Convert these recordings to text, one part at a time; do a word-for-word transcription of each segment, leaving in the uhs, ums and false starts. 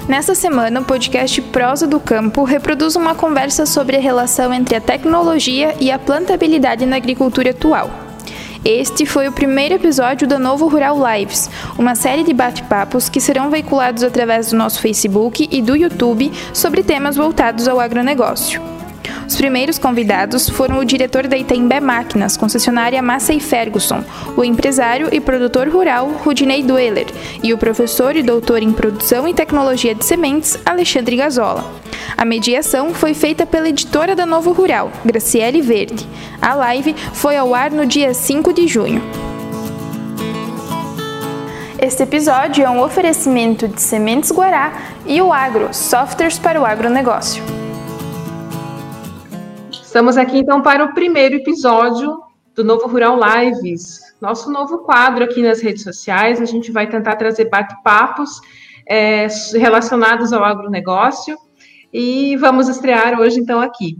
Nessa semana, o podcast Prosa do Campo reproduz uma conversa sobre a relação entre a tecnologia e a plantabilidade na agricultura atual. Este foi o primeiro episódio da Novo Rural Lives, uma série de bate-papos que serão veiculados através do nosso Facebook e do YouTube sobre temas voltados ao agronegócio. Os primeiros convidados foram o diretor da Itaimbé Máquinas, concessionária Massey Ferguson, o empresário e produtor rural Rudinei Dueller e o professor e doutor em produção e tecnologia de sementes Alexandre Gazola. A mediação foi feita pela editora da Novo Rural, Graciele Verde. A live foi ao ar no dia cinco de junho. Este episódio é um oferecimento de Sementes Guará e o Agro, softwares para o agronegócio. Estamos aqui, então, para o primeiro episódio do Novo Rural Lives, nosso novo quadro aqui nas redes sociais. A gente vai tentar trazer bate-papos é, relacionados ao agronegócio e vamos estrear hoje, então, aqui.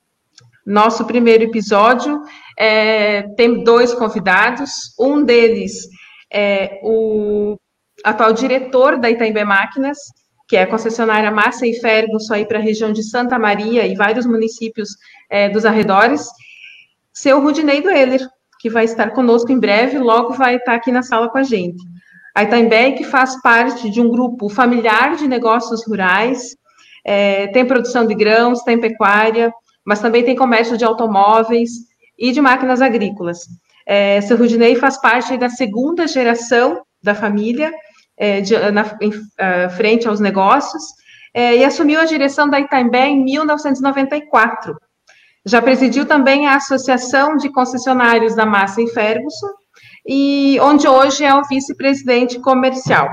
Nosso primeiro episódio é, tem dois convidados, um deles é o atual diretor da Itaimbé Máquinas, que é a concessionária Massey Ferguson aí para a região de Santa Maria e vários municípios é, dos arredores, seu Rudinei Dueller, que vai estar conosco em breve, logo vai estar aqui na sala com a gente. A Itaimbé, que faz parte de um grupo familiar de negócios rurais, é, tem produção de grãos, tem pecuária, mas também tem comércio de automóveis e de máquinas agrícolas. É, seu Rudinei faz parte da segunda geração da família, É, de, na, em uh, frente aos negócios, é, e assumiu a direção da Itaimbé em mil novecentos e noventa e quatro. Já presidiu também a Associação de Concessionários da Massey Ferguson, e onde hoje é o vice-presidente comercial.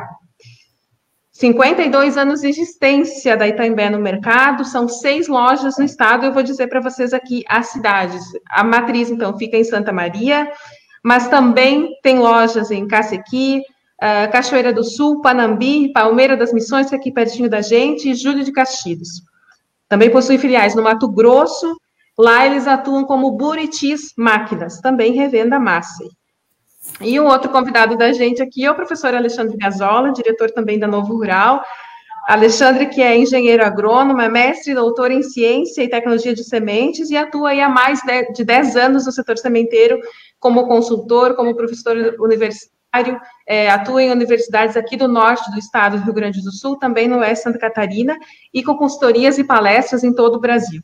cinquenta e dois anos de existência da Itaimbé no mercado, são seis lojas no estado. Eu vou dizer para vocês aqui as cidades. A matriz, então, fica em Santa Maria, mas também tem lojas em Cacequi, Uh, Cachoeira do Sul, Panambi, Palmeira das Missões, que é aqui pertinho da gente, e Júlio de Castilhos. Também possui filiais no Mato Grosso, lá eles atuam como Buritis Máquinas, também revenda Massey. E o outro convidado da gente aqui é o professor Alexandre Gazola, diretor também da Novo Rural. Alexandre, que é engenheiro agrônomo, é mestre e doutor em ciência e tecnologia de sementes e atua aí há mais de dez anos no setor sementeiro como consultor, como professor universitário. É, atua em universidades aqui do norte do estado do Rio Grande do Sul, também no oeste de Santa Catarina, e com consultorias e palestras em todo o Brasil.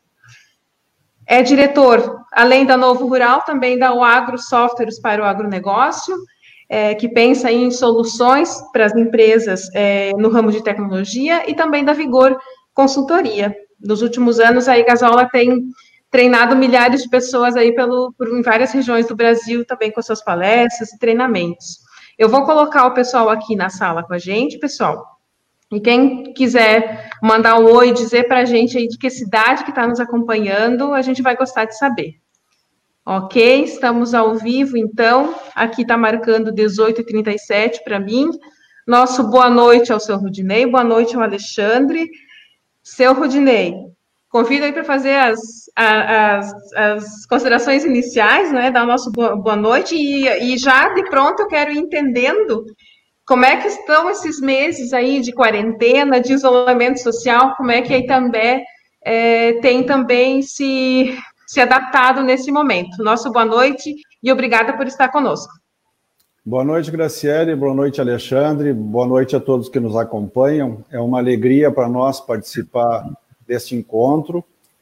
É diretor, além da Novo Rural, também da Agro Softwares para o agronegócio, é, que pensa em soluções para as empresas é, no ramo de tecnologia, e também da Vigor Consultoria. Nos últimos anos, a Gazola tem treinado milhares de pessoas aí pelo, por, em várias regiões do Brasil, também com suas palestras e treinamentos. Eu vou colocar o pessoal aqui na sala com a gente, pessoal. E quem quiser mandar um oi, dizer para a gente aí de que cidade que está nos acompanhando, a gente vai gostar de saber. Ok, estamos ao vivo, então. Aqui está marcando dezoito e trinta e sete para mim. Nosso boa noite ao seu Rudinei, boa noite ao Alexandre. Seu Rudinei, convido aí para fazer as, as, as considerações iniciais, né, dar o nosso boa, boa noite, e, e já de pronto eu quero ir entendendo como é que estão esses meses aí de quarentena, de isolamento social, como é que a Itaimbé é, tem também se, se adaptado nesse momento. Nosso boa noite e obrigada por estar conosco. Boa noite, Graciele, boa noite, Alexandre, boa noite a todos que nos acompanham. É uma alegria para nós participar deste encontro,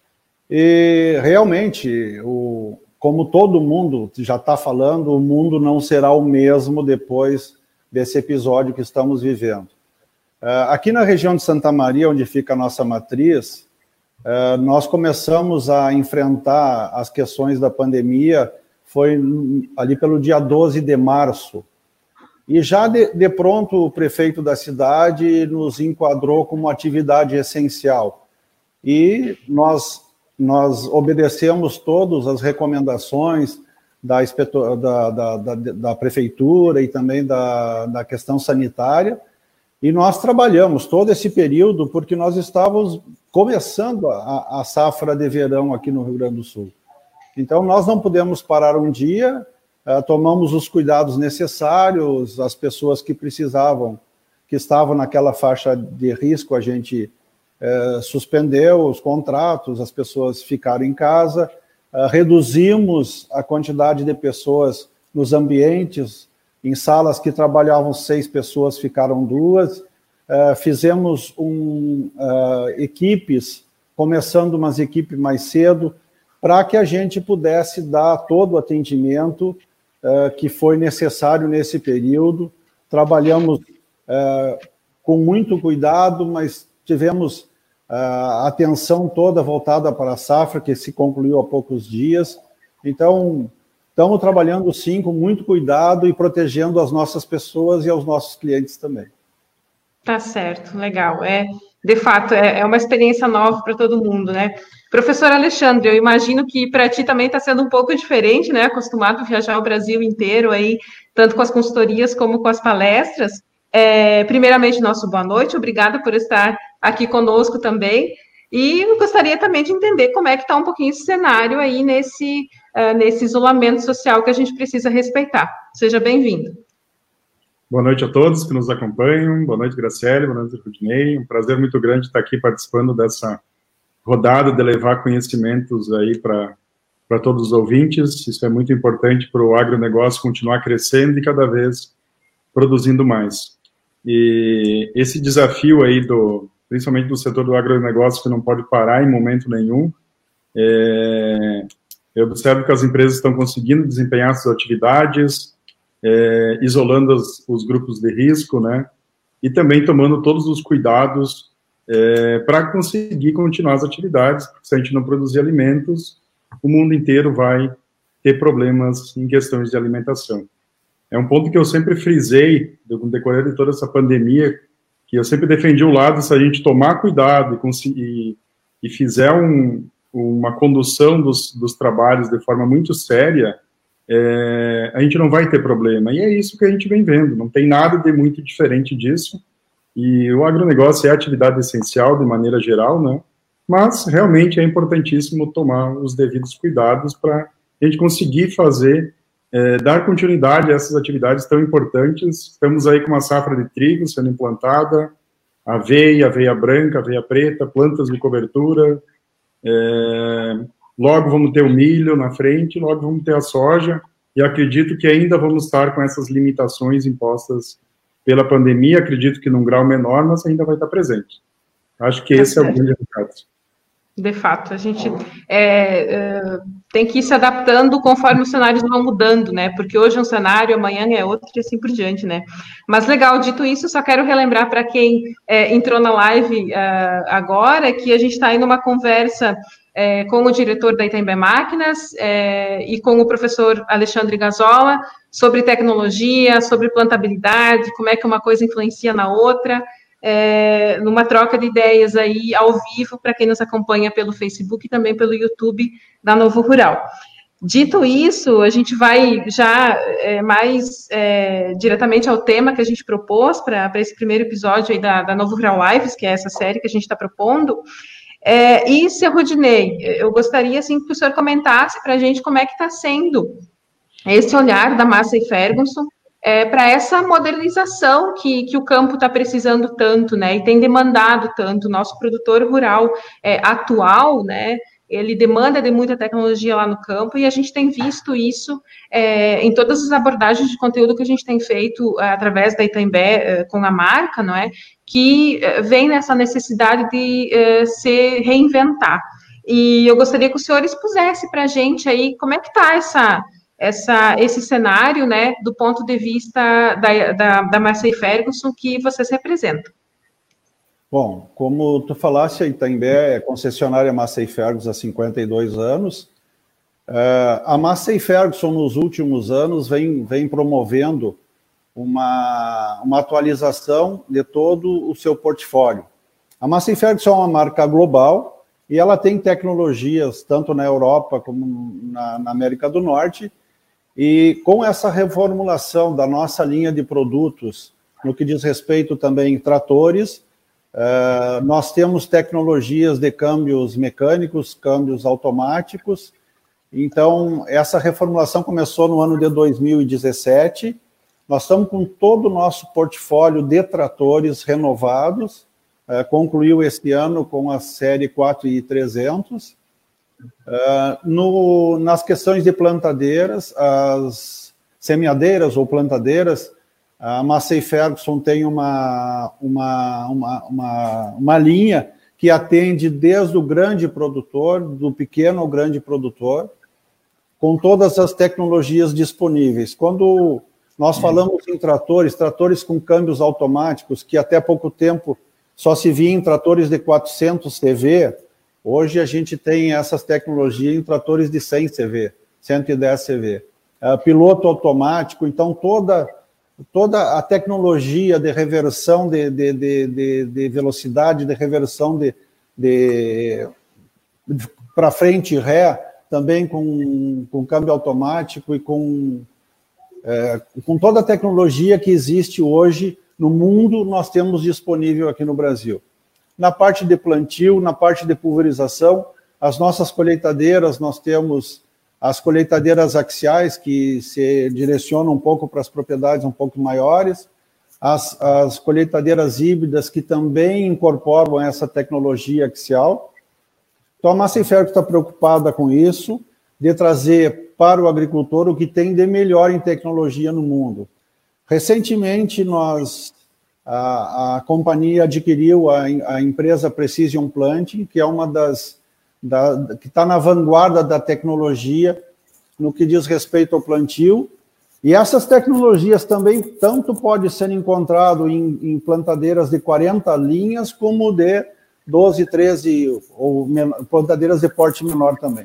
e realmente, o, como todo mundo já está falando, o mundo não será o mesmo depois desse episódio que estamos vivendo. Uh, aqui na região de Santa Maria, onde fica a nossa matriz, uh, nós começamos a enfrentar as questões da pandemia, foi ali pelo dia doze de março, e já de, de pronto o prefeito da cidade nos enquadrou como atividade essencial. E nós, nós obedecemos todas as recomendações da, inspetor, da, da, da, da prefeitura e também da, da questão sanitária, e nós trabalhamos todo esse período porque nós estávamos começando a, a safra de verão aqui no Rio Grande do Sul. Então, nós não pudemos parar um dia, uh, tomamos os cuidados necessários, as pessoas que precisavam que estavam naquela faixa de risco, a gente eh, suspendeu os contratos, as pessoas ficaram em casa, eh, reduzimos a quantidade de pessoas nos ambientes, em salas que trabalhavam seis pessoas, ficaram duas, eh, fizemos um, uh, equipes, começando umas equipes mais cedo, para que a gente pudesse dar todo o atendimento uh, que foi necessário nesse período. Trabalhamos uh, com muito cuidado, mas tivemos uh, a atenção toda voltada para a safra, que se concluiu há poucos dias. Então, estamos trabalhando, sim, com muito cuidado e protegendo as nossas pessoas e aos nossos clientes também. Tá certo, legal. É, de fato, é, é uma experiência nova para todo mundo, né? Professor Alexandre, eu imagino que para ti também está sendo um pouco diferente, né? Acostumado a viajar o Brasil inteiro aí, tanto com as consultorias como com as palestras. É, primeiramente, nosso boa noite, obrigada por estar aqui conosco também. E eu gostaria também de entender como é que está um pouquinho esse cenário aí nesse, uh, nesse isolamento social que a gente precisa respeitar. Seja bem-vindo. Boa noite a todos que nos acompanham. Boa noite, Graciele. Boa noite, Rudinei. Um prazer muito grande estar aqui participando dessa rodada de levar conhecimentos aí para para todos os ouvintes. Isso é muito importante para o agronegócio continuar crescendo e cada vez produzindo mais. E esse desafio aí, do, principalmente do setor do agronegócio, que não pode parar em momento nenhum, é, eu observo que as empresas estão conseguindo desempenhar suas atividades, é, isolando os, os grupos de risco, né, e também tomando todos os cuidados é, para conseguir continuar as atividades, porque se a gente não produzir alimentos, o mundo inteiro vai ter problemas em questões de alimentação. É um ponto que eu sempre frisei, no decorrer de toda essa pandemia, que eu sempre defendi o lado, se a gente tomar cuidado e, e, e fizer um, uma condução dos, dos trabalhos de forma muito séria, é, a gente não vai ter problema. E é isso que a gente vem vendo, não tem nada de muito diferente disso. E o agronegócio é atividade essencial, de maneira geral, né? Mas realmente é importantíssimo tomar os devidos cuidados para a gente conseguir fazer, é, dar continuidade a essas atividades tão importantes. Estamos aí com uma safra de trigo sendo implantada, aveia, aveia branca, aveia preta, plantas de cobertura, é, logo vamos ter o milho na frente, logo vamos ter a soja, e acredito que ainda vamos estar com essas limitações impostas pela pandemia, acredito que num grau menor, mas ainda vai estar presente. Acho que esse é o grande recado. De fato, a gente é, é, tem que ir se adaptando conforme os cenários vão mudando, né? Porque hoje é um cenário, amanhã é outro e assim por diante, né? Mas legal, dito isso, só quero relembrar para quem é, entrou na live uh, agora que a gente está aí numa conversa é, com o diretor da Itaimbé Máquinas é, e com o professor Alexandre Gazola sobre tecnologia, sobre plantabilidade, como é que uma coisa influencia na outra. É, numa troca de ideias aí ao vivo para quem nos acompanha pelo Facebook e também pelo YouTube da Novo Rural. Dito isso, a gente vai já é, mais é, diretamente ao tema que a gente propôs para esse primeiro episódio aí da, da Novo Rural Lives, que é essa série que a gente está propondo. É, e, seu Rudinei, eu gostaria assim, que o senhor comentasse para a gente como é que está sendo esse olhar da Massey Ferguson É, para essa modernização que, que o campo está precisando tanto, né, e tem demandado tanto. O nosso produtor rural é, atual, né, ele demanda de muita tecnologia lá no campo, e a gente tem visto isso é, em todas as abordagens de conteúdo que a gente tem feito é, através da Itaimbé é, com a marca, não é, que é, vem nessa necessidade de é, se reinventar. E eu gostaria que o senhor expusesse para a gente aí como é que está essa... Essa, esse cenário, né, do ponto de vista da, da, da Massey Ferguson que vocês representam. Bom, como tu falaste, a Itaimbé é concessionária Massey Ferguson há cinquenta e dois anos. Uh, a Massey Ferguson, nos últimos anos, vem, vem promovendo uma, uma atualização de todo o seu portfólio. A Massey Ferguson é uma marca global e ela tem tecnologias tanto na Europa como na, na América do Norte. E com essa reformulação da nossa linha de produtos, no que diz respeito também a tratores, uh, nós temos tecnologias de câmbios mecânicos, câmbios automáticos. Então, essa reformulação começou no ano de dois mil e dezessete. Nós estamos com todo o nosso portfólio de tratores renovados, uh, concluiu este ano com a série quatro mil e trezentos. Uh, no, nas questões de plantadeiras, as semeadeiras ou plantadeiras, a Massey Ferguson tem uma, uma, uma, uma, uma linha que atende desde o grande produtor, do pequeno ao grande produtor, com todas as tecnologias disponíveis. Quando nós falamos em tratores, tratores com câmbios automáticos, que até pouco tempo só se via em tratores de quatrocentos C V, hoje a gente tem essas tecnologias em tratores de cem C V, cento e dez C V. Uh, piloto automático, então toda, toda a tecnologia de reversão de, de, de, de, de velocidade, de reversão de, de, de para frente e ré, também com, com câmbio automático e com, é, com toda a tecnologia que existe hoje no mundo, nós temos disponível aqui no Brasil. Na parte de plantio, na parte de pulverização, as nossas colheitadeiras, nós temos as colheitadeiras axiais, que se direcionam um pouco para as propriedades um pouco maiores, as, as colheitadeiras híbridas, que também incorporam essa tecnologia axial. Então, a Massey Ferguson está preocupada com isso, de trazer para o agricultor o que tem de melhor em tecnologia no mundo. Recentemente, nós, a, a companhia adquiriu a, a empresa Precision Planting, que é uma das Da, que está na vanguarda da tecnologia no que diz respeito ao plantio, e essas tecnologias também tanto pode ser encontrado em, em plantadeiras de quarenta linhas, como de doze, treze, ou menor, plantadeiras de porte menor também.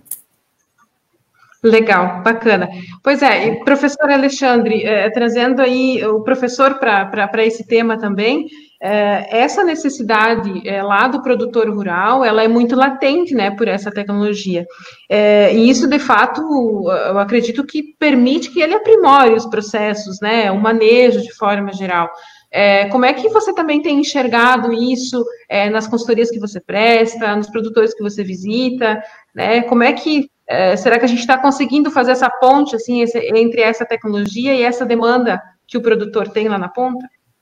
Legal, bacana. Pois é, e professor Alexandre, é, trazendo aí o professor para esse tema também, é, essa necessidade é, lá do produtor rural, ela é muito latente, né, por essa tecnologia. É, e isso, de fato, eu acredito que permite que ele aprimore os processos, né, o manejo de forma geral. É, como é que você também tem enxergado isso é, nas consultorias que você presta, nos produtores que você visita, né? Como é que É, será que a gente está conseguindo fazer essa ponte assim, esse, entre essa tecnologia e essa demanda que o produtor tem lá na ponta?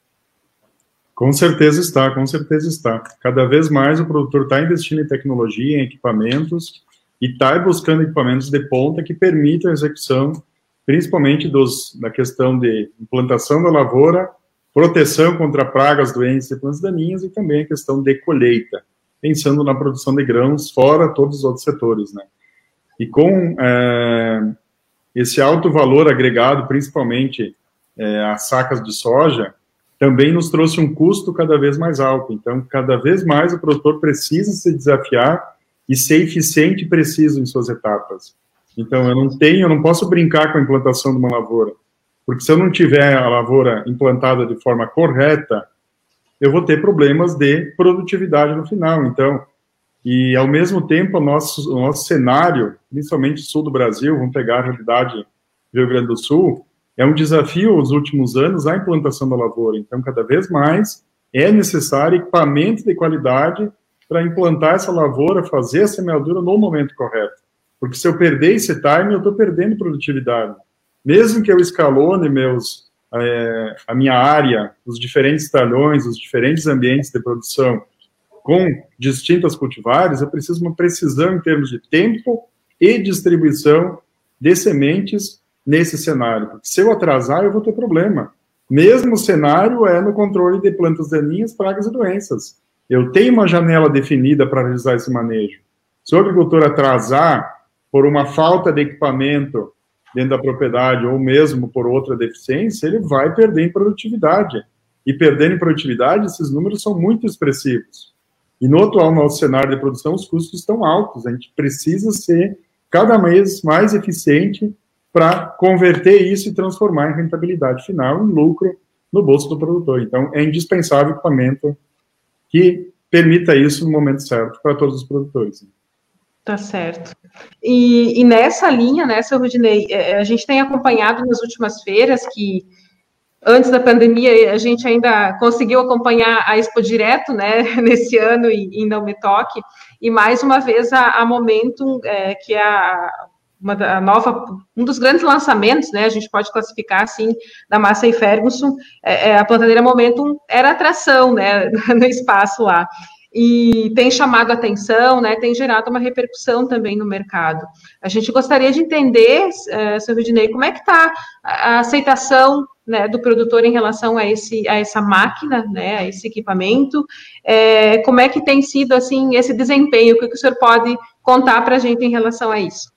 Com certeza está, com certeza está. Cada vez mais o produtor está investindo em tecnologia, em equipamentos, e está buscando equipamentos de ponta que permitam a execução, principalmente dos, da questão de implantação da lavoura, proteção contra pragas, doenças e plantas daninhas, e também a questão de colheita, pensando na produção de grãos, fora todos os outros setores, né? E com é, esse alto valor agregado, principalmente é, as sacas de soja, também nos trouxe um custo cada vez mais alto. Então, cada vez mais o produtor precisa se desafiar e ser eficiente e preciso em suas etapas. Então, eu não tenho, eu não posso brincar com a implantação de uma lavoura, porque se eu não tiver a lavoura implantada de forma correta, eu vou ter problemas de produtividade no final. Então, e, ao mesmo tempo, o nosso, o nosso cenário, principalmente sul do Brasil, vamos pegar a realidade do Rio Grande do Sul, é um desafio, nos últimos anos, a implantação da lavoura. Então, cada vez mais, é necessário equipamento de qualidade para implantar essa lavoura, fazer a semeadura no momento correto. Porque se eu perder esse time, eu estou perdendo produtividade. Mesmo que eu escalone meus, é, a minha área, os diferentes talhões, os diferentes ambientes de produção, com distintas cultivares, eu preciso de uma precisão em termos de tempo e distribuição de sementes nesse cenário. Porque se eu atrasar, eu vou ter problema. Mesmo o cenário é no controle de plantas daninhas, pragas e doenças. Eu tenho uma janela definida para realizar esse manejo. Se o agricultor atrasar por uma falta de equipamento dentro da propriedade ou mesmo por outra deficiência, ele vai perder em produtividade. E perdendo em produtividade, esses números são muito expressivos. E no atual nosso cenário de produção, os custos estão altos. A gente precisa ser cada vez mais eficiente para converter isso e transformar em rentabilidade final, em lucro no bolso do produtor. Então, é indispensável equipamento que permita isso no momento certo para todos os produtores. Tá certo. E, e nessa linha, né, seu Rudinei, a gente tem acompanhado nas últimas feiras que antes da pandemia, a gente ainda conseguiu acompanhar a Expo Direto, né, nesse ano, e, e Não Me Toque, e mais uma vez a, a Momentum, é, que é a uma da, nova, um dos grandes lançamentos, né, a gente pode classificar assim, da Massey Ferguson, é, é, a plantadeira Momentum era atração, né, no espaço lá. E tem chamado a atenção, né, tem gerado uma repercussão também no mercado. A gente gostaria de entender, uh, seu Rudinei, como é que está a aceitação, né, do produtor em relação a, esse, a essa máquina, né, a esse equipamento, é, como é que tem sido, assim, esse desempenho, o que, que o senhor pode contar para a gente em relação a isso?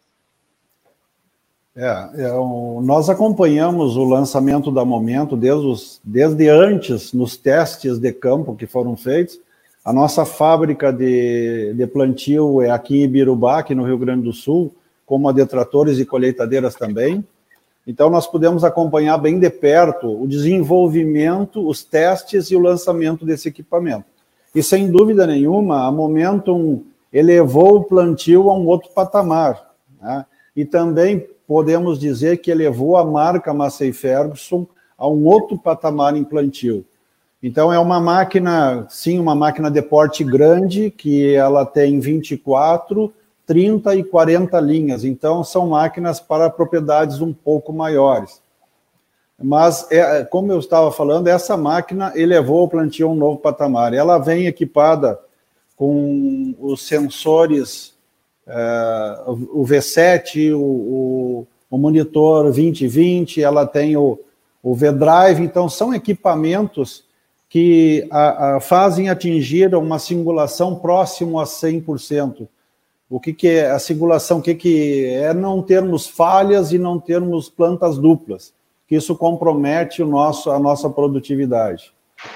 É, é, nós acompanhamos o lançamento da Momento desde, os, desde antes, nos testes de campo que foram feitos. A nossa fábrica de, de plantio é aqui em Ibirubá, aqui no Rio Grande do Sul, como a de tratores e colheitadeiras também. Então, nós pudemos acompanhar bem de perto o desenvolvimento, os testes e o lançamento desse equipamento. E, sem dúvida nenhuma, a Momentum elevou o plantio a um outro patamar, né? E também podemos dizer que elevou a marca Massey Ferguson a um outro patamar em plantio. Então, é uma máquina, sim, uma máquina de porte grande, que ela tem vinte e quatro, trinta e quarenta linhas. Então, são máquinas para propriedades um pouco maiores. Mas, é, como eu estava falando, essa máquina elevou o plantio a um novo patamar. Ela vem equipada com os sensores, é, o V sete, o, o, o monitor vinte vinte, ela tem o, o V-Drive. Então, são equipamentos que a, a, fazem atingir uma singulação próximo a cem por cento. O que, que é a singulação? O que, que é não termos falhas e não termos plantas duplas, que isso compromete o nosso, a nossa produtividade.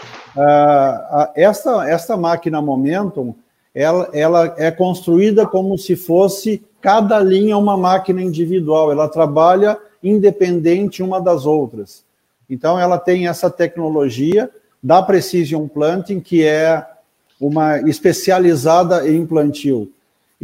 Ah, esta, esta máquina Momentum, ela, ela é construída como se fosse cada linha uma máquina individual, ela trabalha independente uma das outras. Então, ela tem essa tecnologia da Precision Planting, que é uma especializada em plantio.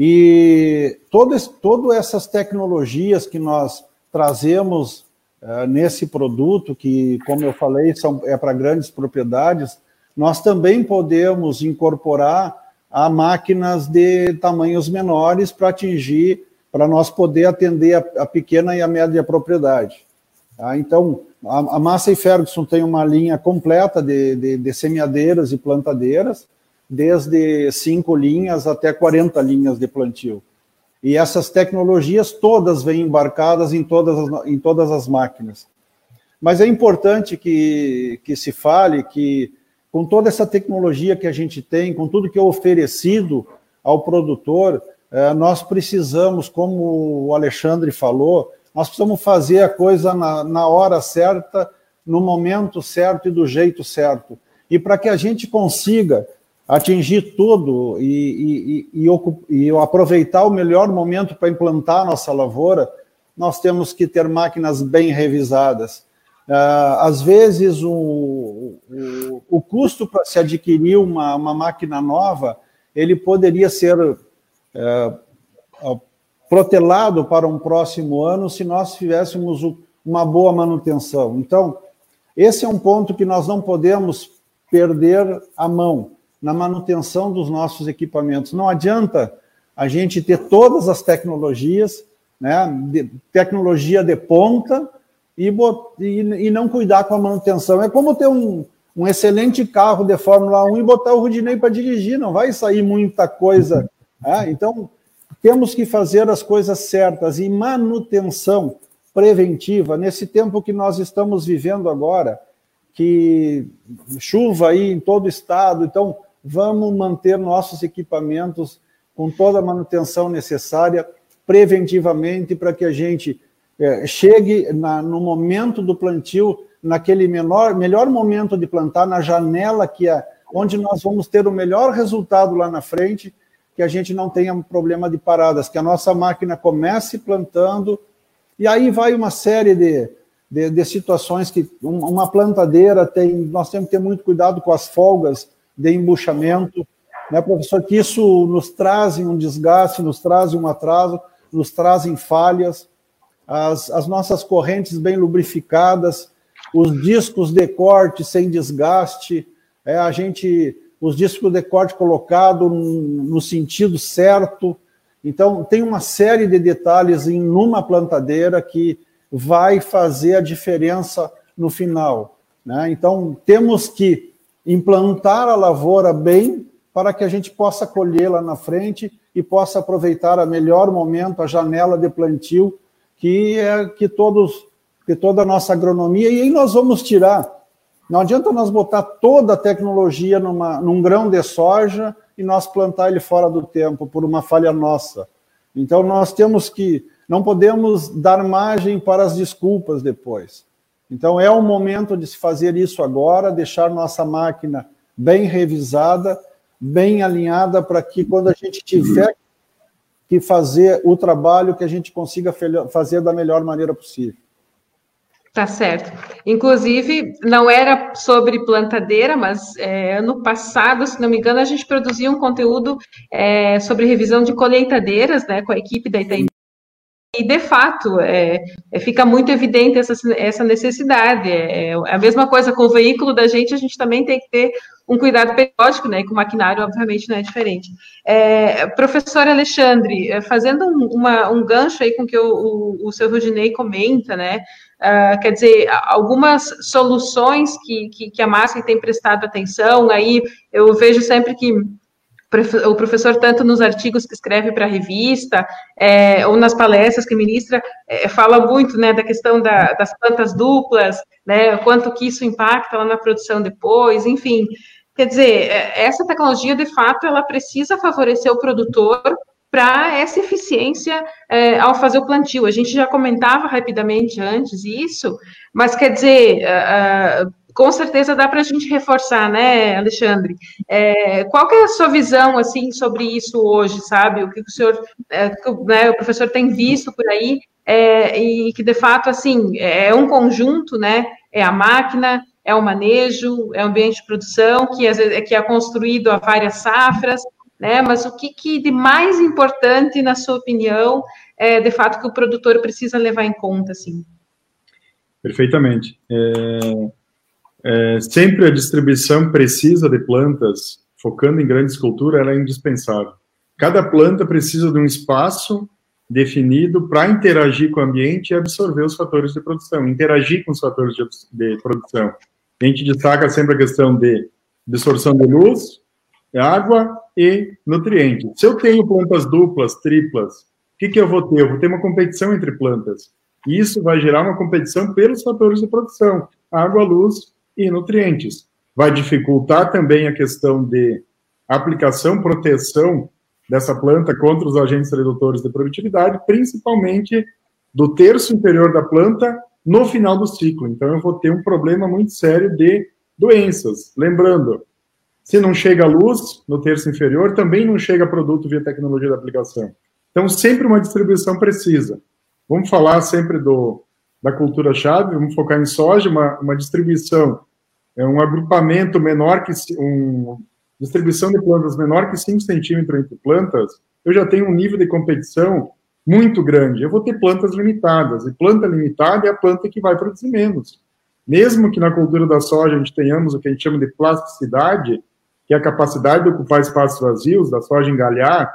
E todas, todas essas tecnologias que nós trazemos uh, nesse produto, que, como eu falei, são, é para grandes propriedades, nós também podemos incorporar a máquinas de tamanhos menores para atingir, para nós poder atender a, a pequena e a média propriedade. Tá? Então, a, a Massey Ferguson tem uma linha completa de, de, de semeadeiras e plantadeiras, desde cinco linhas até quarenta linhas de plantio. E essas tecnologias todas vêm embarcadas em todas as, em todas as máquinas. Mas é importante que, que se fale que, com toda essa tecnologia que a gente tem, com tudo que é oferecido ao produtor, eh, nós precisamos, como o Alexandre falou, nós precisamos fazer a coisa na, na hora certa, no momento certo e do jeito certo. E para que a gente consiga atingir tudo e, e, e, e, e aproveitar o melhor momento para implantar a nossa lavoura, nós temos que ter máquinas bem revisadas. Uh, às vezes, o, o, o custo para se adquirir uma, uma máquina nova, ele poderia ser uh, protelado para um próximo ano se nós tivéssemos uma boa manutenção. Então, esse é um ponto que nós não podemos perder a mão na manutenção dos nossos equipamentos. Não adianta a gente ter todas as tecnologias, né, de, tecnologia de ponta, e, e, e não cuidar com a manutenção. É como ter um, um excelente carro de Fórmula um e botar o Rudinei para dirigir, não vai sair muita coisa. Né? Então, temos que fazer as coisas certas, e manutenção preventiva, nesse tempo que nós estamos vivendo agora, que chuva aí em todo o estado, então vamos manter nossos equipamentos com toda a manutenção necessária preventivamente para que a gente é, chegue na, no momento do plantio, naquele menor, melhor momento de plantar, na janela que é onde nós vamos ter o melhor resultado lá na frente, que a gente não tenha um problema de paradas, que a nossa máquina comece plantando, e aí vai uma série de, de, de situações que uma plantadeira tem, nós temos que ter muito cuidado com as folgas de embuchamento, né, professor, que isso nos traz um desgaste, nos traz um atraso, nos trazem falhas, as, as nossas correntes bem lubrificadas, os discos de corte sem desgaste, é, a gente, os discos de corte colocados no, no sentido certo, Então, tem uma série de detalhes em uma plantadeira que vai fazer a diferença no final, né? Então, temos que implantar a lavoura bem para que a gente possa colher lá na frente e possa aproveitar a melhor momento, a janela de plantio, que é que todos, que toda a nossa agronomia, e aí nós vamos tirar. Não adianta nós botar toda a tecnologia numa, num grão de soja e nós plantar ele fora do tempo, por uma falha nossa. Então, nós temos que, não podemos dar margem para as desculpas depois. Então, é o momento de se fazer isso agora, deixar nossa máquina bem revisada, bem alinhada, para que quando a gente tiver que fazer o trabalho, que a gente consiga fazer da melhor maneira possível. Tá certo. Inclusive, não era sobre plantadeira, mas é, ano passado, se não me engano, a gente produziu um conteúdo é, sobre revisão de colheitadeiras, né, com a equipe da Itaim. E, de fato, é, é, fica muito evidente essa, essa necessidade. É, é a mesma coisa com o veículo da gente, a gente também tem que ter um cuidado periódico, né? E com o maquinário, obviamente, não é diferente. É, professor Alexandre, fazendo um, uma, um gancho aí com o que o, o, o seu Rudinei comenta, né? Uh, quer dizer, algumas soluções que, que, que a Massa tem prestado atenção, aí eu vejo sempre que o professor, tanto nos artigos que escreve para a revista, é, ou nas palestras que ministra, é, fala muito, né, da questão da, das plantas duplas, né, quanto que isso impacta lá na produção depois, enfim. Quer dizer, essa tecnologia, de fato, ela precisa favorecer o produtor para essa eficiência é, ao fazer o plantio. A gente já comentava rapidamente antes isso, mas, quer dizer, uh, com certeza dá para a gente reforçar, né, Alexandre? É, qual que é a sua visão, assim, sobre isso hoje, sabe? O que o senhor, é, né, o professor tem visto por aí, é, e que, de fato, assim, é um conjunto, né? É a máquina, é o manejo, é o ambiente de produção, que, às vezes, que é construído a várias safras, né? Mas o que, que de mais importante, na sua opinião, é, de fato, que o produtor precisa levar em conta, assim? Perfeitamente. É... É, sempre a distribuição precisa de plantas, focando em grandes culturas, ela é indispensável. Cada planta precisa de um espaço definido para interagir com o ambiente e absorver os fatores de produção, interagir com os fatores de, de produção. A gente destaca sempre a questão de absorção de luz, água e nutrientes. Se eu tenho plantas duplas, triplas, o que, que eu vou ter? Eu vou ter uma competição entre plantas. E isso vai gerar uma competição pelos fatores de produção, água, luz e nutrientes. Vai dificultar também a questão de aplicação, proteção dessa planta contra os agentes redutores de produtividade, principalmente do terço inferior da planta no final do ciclo. Então, eu vou ter um problema muito sério de doenças. Lembrando, se não chega luz no terço inferior, também não chega produto via tecnologia da aplicação. Então, sempre uma distribuição precisa. Vamos falar sempre do, da cultura-chave, vamos focar em soja, uma, uma distribuição, é um agrupamento menor que, um, distribuição de plantas menor que cinco centímetros entre plantas, eu já tenho um nível de competição muito grande. Eu vou ter plantas limitadas, e planta limitada é a planta que vai produzir menos. Mesmo que na cultura da soja a gente tenhamos o que a gente chama de plasticidade, que é a capacidade de ocupar espaços vazios, da soja engalhar,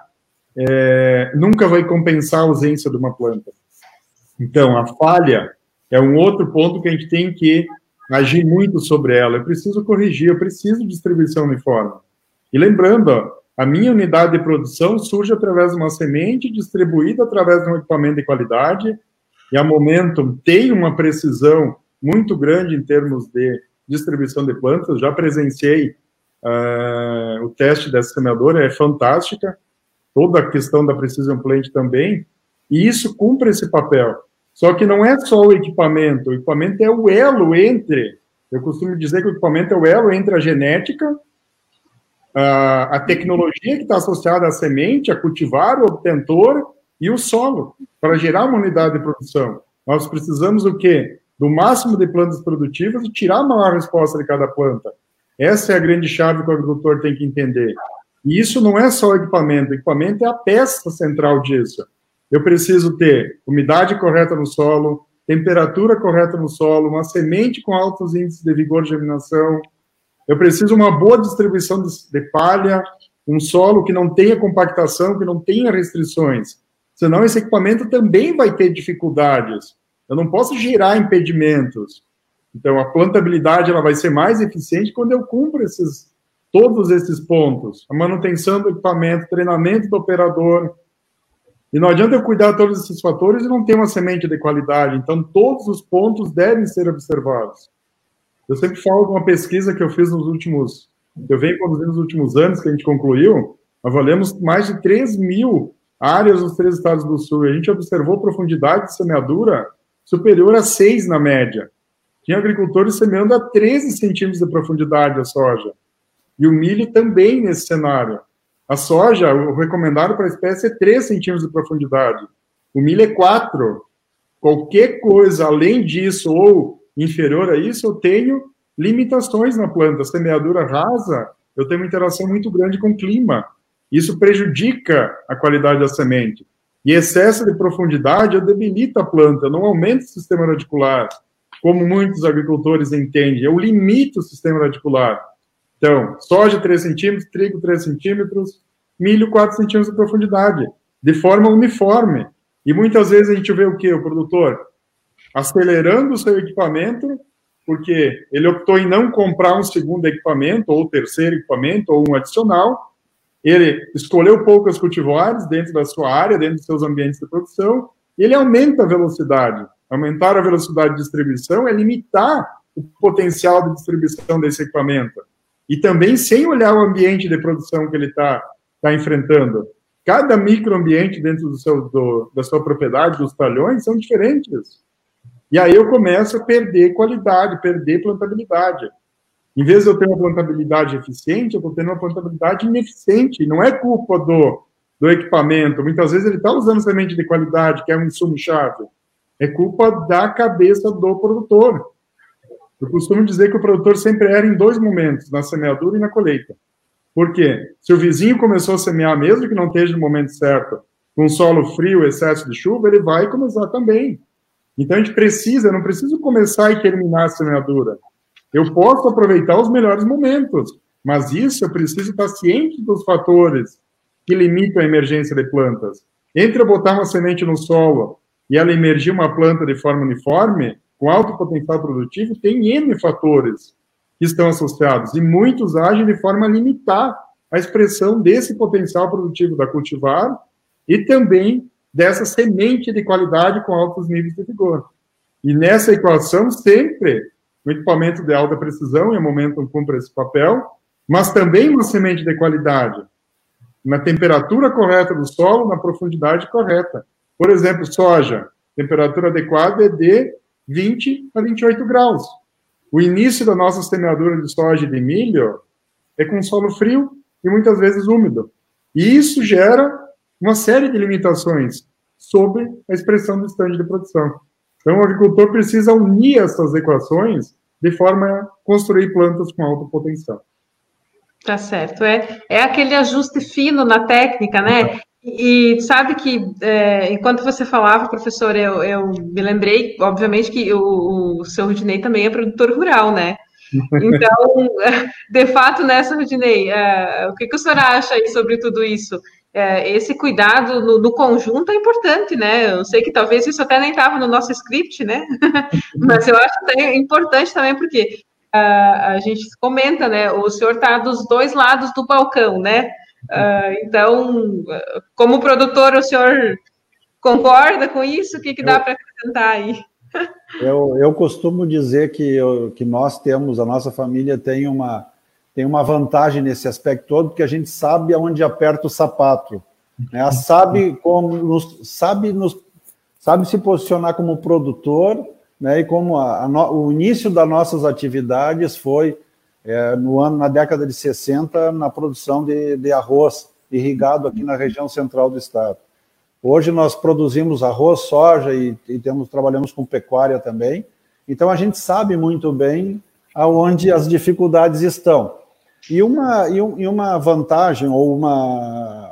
é, nunca vai compensar a ausência de uma planta. Então, a falha é um outro ponto que a gente tem que agir muito sobre ela. Eu preciso corrigir, eu preciso de distribuição uniforme. E lembrando, ó, a minha unidade de produção surge através de uma semente distribuída através de um equipamento de qualidade, e a Momentum tem uma precisão muito grande em termos de distribuição de plantas. Já presenciei uh, o teste dessa semeadora, é fantástica, toda a questão da Precision Plant também, e isso cumpre esse papel. Só que não é só o equipamento, o equipamento é o elo entre, eu costumo dizer que o equipamento é o elo entre a genética, a, a tecnologia que está associada à semente, a cultivar, o obtentor e o solo, para gerar uma unidade de produção. Nós precisamos do quê? Do máximo de plantas produtivas e tirar a maior resposta de cada planta. Essa é a grande chave que o agricultor tem que entender. E isso não é só o equipamento, o equipamento é a peça central disso. Eu preciso ter umidade correta no solo, temperatura correta no solo, uma semente com altos índices de vigor de germinação. Eu preciso uma boa distribuição de, de palha, um solo que não tenha compactação, que não tenha restrições. Senão esse equipamento também vai ter dificuldades. Eu não posso girar impedimentos. Então, a plantabilidade ela vai ser mais eficiente quando eu cumpro esses, todos esses pontos. A manutenção do equipamento, treinamento do operador. E não adianta eu cuidar de todos esses fatores e não ter uma semente de qualidade. Então, todos os pontos devem ser observados. Eu sempre falo de uma pesquisa que eu fiz nos últimos... Eu venho conduzindo nos últimos anos, que a gente concluiu, avaliamos mais de três mil áreas dos três estados do sul. A gente observou profundidade de semeadura superior a seis na média. Tinha agricultores semeando a treze centímetros de profundidade a soja. E o milho também nesse cenário. A soja, o recomendado para a espécie é três centímetros de profundidade. O milho é quatro. Qualquer coisa além disso ou inferior a isso, eu tenho limitações na planta. Semeadura rasa, eu tenho uma interação muito grande com o clima. Isso prejudica a qualidade da semente. E excesso de profundidade, eu debilito a planta, eu não aumento o sistema radicular, como muitos agricultores entendem. Eu limito o sistema radicular. Então, soja três centímetros, trigo três centímetros, milho quatro centímetros de profundidade, de forma uniforme. E muitas vezes a gente vê o quê? O produtor acelerando o seu equipamento, porque ele optou em não comprar um segundo equipamento, ou terceiro equipamento, ou um adicional. Ele escolheu poucas cultivares dentro da sua área, dentro dos seus ambientes de produção, e ele aumenta a velocidade. Aumentar a velocidade de distribuição é limitar o potencial de distribuição desse equipamento. E também sem olhar o ambiente de produção que ele está tá enfrentando. Cada microambiente dentro do seu, do, da sua propriedade, dos talhões, são diferentes. E aí eu começo a perder qualidade, perder plantabilidade. Em vez de eu ter uma plantabilidade eficiente, eu estou tendo uma plantabilidade ineficiente. Não é culpa do, do equipamento. Muitas vezes ele está usando semente de qualidade, que é um insumo-chave. É culpa da cabeça do produtor. Eu costumo dizer que o produtor sempre erra em dois momentos, na semeadura e na colheita. Por quê? Se o vizinho começou a semear, mesmo que não esteja no momento certo, com solo frio, excesso de chuva, ele vai começar também. Então, a gente precisa, eu não preciso começar e terminar a semeadura. Eu posso aproveitar os melhores momentos, mas isso eu preciso estar ciente dos fatores que limitam a emergência de plantas. Entre eu botar uma semente no solo e ela emergir uma planta de forma uniforme, com alto potencial produtivo, tem N fatores que estão associados, e muitos agem de forma a limitar a expressão desse potencial produtivo da cultivar e também dessa semente de qualidade com altos níveis de vigor. E nessa equação, sempre o equipamento de alta precisão, e a Momentum cumpre esse papel, mas também uma semente de qualidade, na temperatura correta do solo, na profundidade correta. Por exemplo, soja, temperatura adequada é de vinte a vinte e oito graus. O início da nossa semeadura de soja e de milho é com solo frio e muitas vezes úmido. E isso gera uma série de limitações sobre a expressão do estande de produção. Então, o agricultor precisa unir essas equações de forma a construir plantas com alto potencial. Tá certo. É, é aquele ajuste fino na técnica, né? E, e sabe que, é, enquanto você falava, professor, eu, eu me lembrei, obviamente, que o, o seu Rudinei também é produtor rural, né? Então, de fato, nessa, Rudinei, é, o que, que o senhor acha aí sobre tudo isso? É, esse cuidado no, no conjunto é importante, né? Eu sei que talvez isso até nem estava no nosso script, né? Mas eu acho que é importante também, porque uh, a gente comenta, né? O senhor está dos dois lados do balcão, né? Uh, então, como produtor, o senhor concorda com isso? O que, que dá para acrescentar aí? Eu, eu costumo dizer que, eu, que nós temos, a nossa família tem uma, tem uma vantagem nesse aspecto todo, porque a gente sabe aonde aperta o sapato, né? Sabe, como nos, sabe, nos, sabe se posicionar como produtor, né? E como a, a no, o início das nossas atividades foi é, no ano, na década de sessenta, na produção de, de arroz irrigado aqui na região central do estado. Hoje nós produzimos arroz, soja e, e temos, trabalhamos com pecuária também. Então a gente sabe muito bem aonde as dificuldades estão. E uma, e um, e uma vantagem ou uma,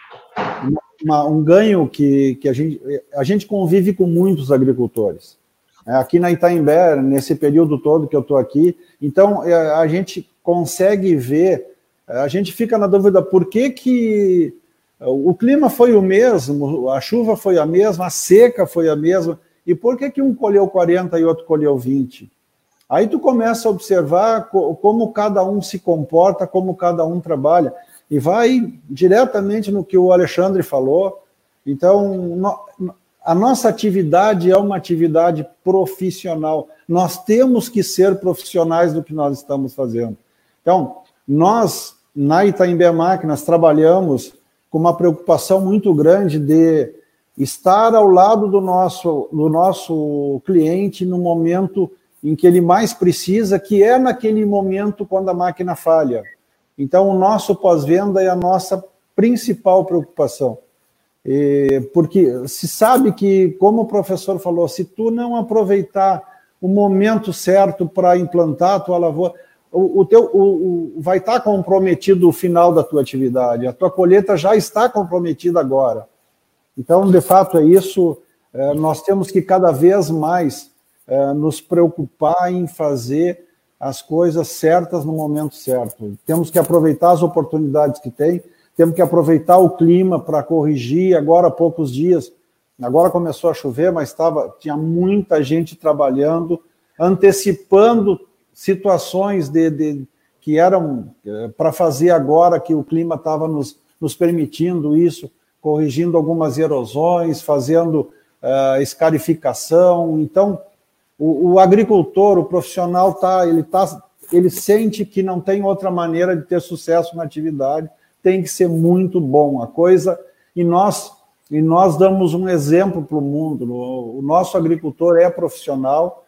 uma, um ganho que, que a, gente, a gente convive com muitos agricultores. Aqui na Itaimbé, nesse período todo que eu estou aqui, então a gente consegue ver a gente fica na dúvida por que que o clima foi o mesmo, a chuva foi a mesma, a seca foi a mesma, e por que que um colheu quarenta e outro colheu vinte? Aí tu começa a observar como cada um se comporta, como cada um trabalha, e vai diretamente no que o Alexandre falou. Então, a nossa atividade é uma atividade profissional. Nós temos que ser profissionais do que nós estamos fazendo. Então, nós, na Itaimbé Máquinas, trabalhamos com uma preocupação muito grande de estar ao lado do nosso, do nosso cliente no momento em que ele mais precisa, que é naquele momento quando a máquina falha. Então, o nosso pós-venda é a nossa principal preocupação. E, porque se sabe que, como o professor falou, se tu não aproveitar o momento certo para implantar a tua lavoura, o, o teu, o, o, vai estar comprometido o final da tua atividade, a tua colheita já está comprometida agora. Então, de fato, é isso, é, nós temos que cada vez mais é, nos preocupar em fazer as coisas certas no momento certo. Temos que aproveitar as oportunidades que tem, temos que aproveitar o clima para corrigir. Agora há poucos dias, agora começou a chover, mas tava, tinha muita gente trabalhando, antecipando situações de, de, que eram é, para fazer agora, que o clima estava nos, nos permitindo isso, corrigindo algumas erosões, fazendo uh, escarificação. Então, o, o agricultor, o profissional, tá, ele, tá, ele sente que não tem outra maneira de ter sucesso na atividade, tem que ser muito bom a coisa, e nós, e nós damos um exemplo para o mundo. O nosso agricultor é profissional,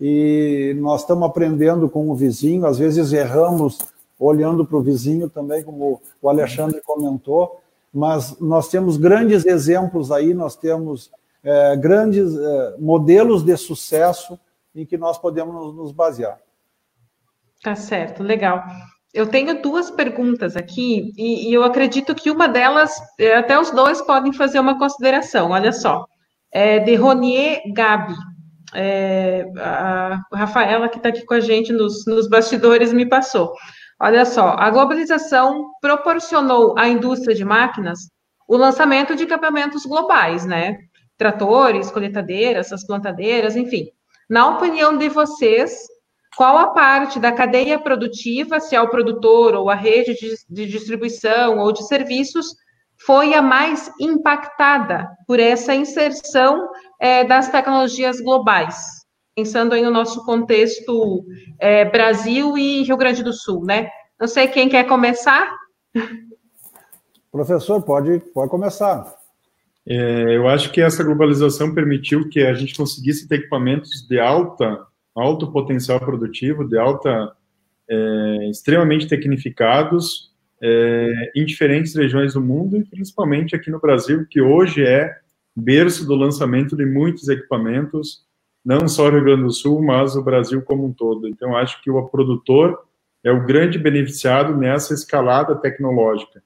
e nós estamos aprendendo com o vizinho, às vezes erramos olhando para o vizinho também, como o Alexandre comentou, mas nós temos grandes exemplos aí, nós temos é, grandes é, modelos de sucesso em que nós podemos nos basear. Tá certo, legal. Eu tenho duas perguntas aqui, e, e eu acredito que uma delas, até os dois podem fazer uma consideração, olha só. É de Ronier Gabi. É, a Rafaela, que está aqui com a gente nos, nos bastidores, me passou. Olha só, a globalização proporcionou à indústria de máquinas o lançamento de equipamentos globais, né? Tratores, colheitadeiras, as plantadeiras, enfim. Na opinião de vocês, qual a parte da cadeia produtiva, se é o produtor ou a rede de, de distribuição ou de serviços, foi a mais impactada por essa inserção é, das tecnologias globais? Pensando aí no nosso contexto é, Brasil e Rio Grande do Sul, né? Não sei quem quer começar. Professor, pode, pode começar. É, eu acho que essa globalização permitiu que a gente conseguisse ter equipamentos de alta, alto potencial produtivo, de alta, é, extremamente tecnificados, é, em diferentes regiões do mundo, e principalmente aqui no Brasil, que hoje é berço do lançamento de muitos equipamentos, não só o Rio Grande do Sul, mas o Brasil como um todo. Então, acho que o produtor é o grande beneficiado nessa escalada tecnológica.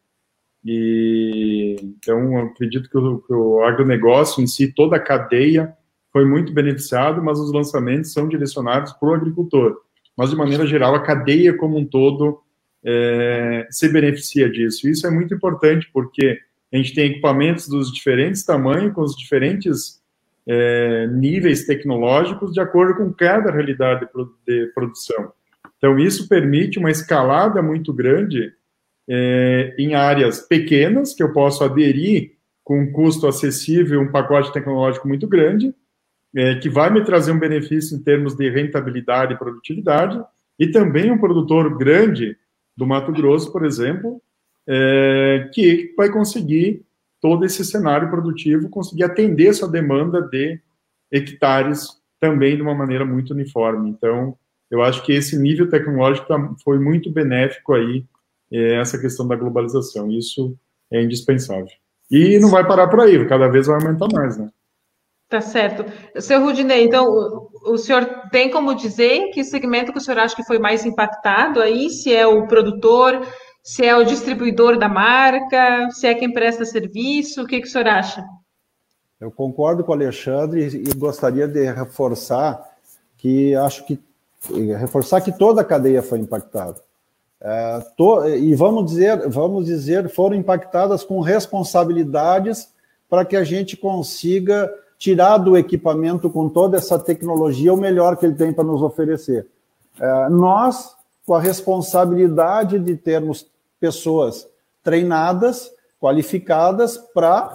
E, então, eu acredito que o, que o agronegócio em si, toda a cadeia, foi muito beneficiado, mas os lançamentos são direcionados para o agricultor. Mas, de maneira geral, a cadeia como um todo é, se beneficia disso. Isso é muito importante, porque a gente tem equipamentos dos diferentes tamanhos, com os diferentes é, níveis tecnológicos, de acordo com cada realidade de produção. Então, isso permite uma escalada muito grande é, em áreas pequenas, que eu posso aderir com um custo acessível, um pacote tecnológico muito grande, é, que vai me trazer um benefício em termos de rentabilidade e produtividade, e também um produtor grande do Mato Grosso, por exemplo, é, que vai conseguir todo esse cenário produtivo, conseguir atender sua demanda de hectares também de uma maneira muito uniforme. Então, eu acho que esse nível tecnológico foi muito benéfico aí, é, essa questão da globalização. Isso é indispensável. E não vai parar por aí, cada vez vai aumentar mais, né? Tá certo. Seu Rudinei, então, o, o senhor tem como dizer que segmento que o senhor acha que foi mais impactado aí? Se é o produtor, se é o distribuidor da marca, se é quem presta serviço, o que, que o senhor acha? Eu concordo com o Alexandre e gostaria de reforçar que acho que reforçar que toda a cadeia foi impactada. É, to, e vamos dizer, vamos dizer, foram impactadas com responsabilidades para que a gente consiga tirar do equipamento com toda essa tecnologia o melhor que ele tem para nos oferecer. É, nós, com a responsabilidade de termos pessoas treinadas, qualificadas para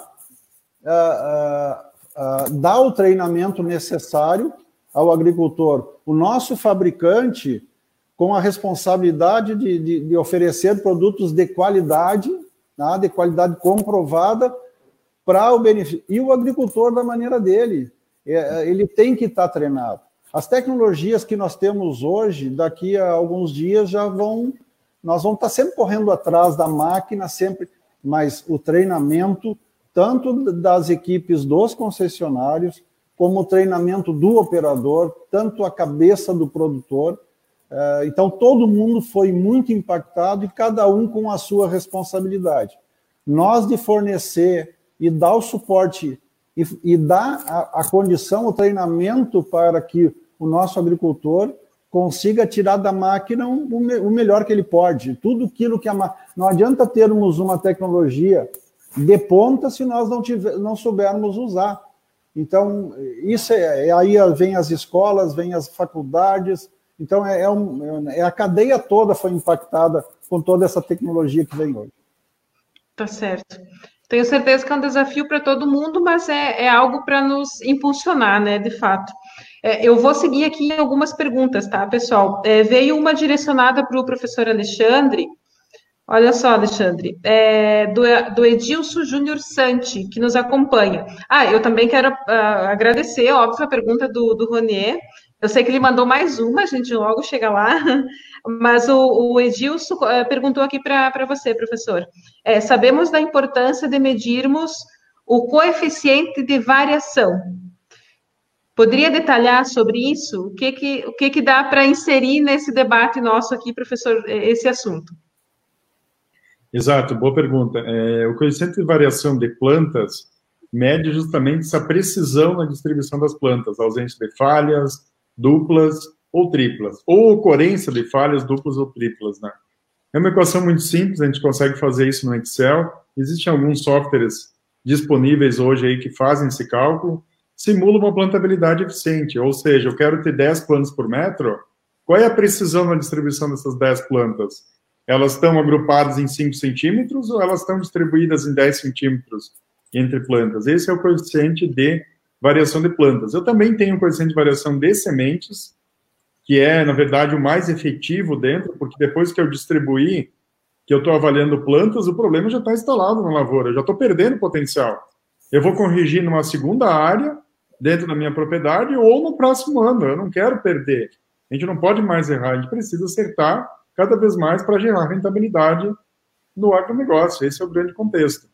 uh, uh, uh, dar o treinamento necessário ao agricultor. O nosso fabricante, com a responsabilidade de, de, de oferecer produtos de qualidade, tá? De qualidade comprovada, para o benefício. E o agricultor da maneira dele. É, ele tem que estar treinado. As tecnologias que nós temos hoje, daqui a alguns dias já vão... Nós vamos estar sempre correndo atrás da máquina, sempre, mas o treinamento, tanto das equipes dos concessionários, como o treinamento do operador, tanto a cabeça do produtor. Então, todo mundo foi muito impactado e cada um com a sua responsabilidade. Nós de fornecer e dar o suporte e, e dar a, a condição, o treinamento para que o nosso agricultor consiga tirar da máquina o, o melhor que ele pode. Tudo aquilo que a máquina... Não adianta termos uma tecnologia de ponta se nós não, tiver, não soubermos usar. Então, isso é, é, aí vem as escolas, vem as faculdades. Então, é, é, um, é a cadeia toda foi impactada com toda essa tecnologia que vem hoje. Tá certo. Tenho certeza que é um desafio para todo mundo, mas é, é algo para nos impulsionar, né, de fato. É, eu vou seguir aqui algumas perguntas, tá, pessoal? É, veio uma direcionada para o professor Alexandre. Olha só, Alexandre, é, do, do Edilson Júnior Santi, que nos acompanha. Ah, eu também quero uh, agradecer, óbvio, a pergunta do, do Ronier. Eu sei que ele mandou mais uma, a gente logo chega lá, mas o, o Edilson uh, perguntou aqui para você, professor. É, sabemos da importância de medirmos o coeficiente de variação. Poderia detalhar sobre isso? O que, que, o que, que dá para inserir nesse debate nosso aqui, professor, esse assunto? Exato, boa pergunta. É, o coeficiente de variação de plantas mede justamente essa precisão na distribuição das plantas, a ausência de falhas, duplas ou triplas, ou ocorrência de falhas duplas ou triplas, né? É uma equação muito simples, a gente consegue fazer isso no Excel. Existem alguns softwares disponíveis hoje aí que fazem esse cálculo, simula uma plantabilidade eficiente, ou seja, eu quero ter dez plantas por metro, qual é a precisão na distribuição dessas dez plantas? Elas estão agrupadas em cinco centímetros ou elas estão distribuídas em dez centímetros entre plantas? Esse é o coeficiente de variação de plantas. Eu também tenho um coeficiente de variação de sementes, que é, na verdade, o mais efetivo dentro, porque depois que eu distribuir, que eu estou avaliando plantas, o problema já está instalado na lavoura, eu já estou perdendo potencial. Eu vou corrigir numa segunda área, dentro da minha propriedade, ou no próximo ano, eu não quero perder. A gente não pode mais errar, a gente precisa acertar cada vez mais para gerar rentabilidade no agronegócio. Esse é o grande contexto.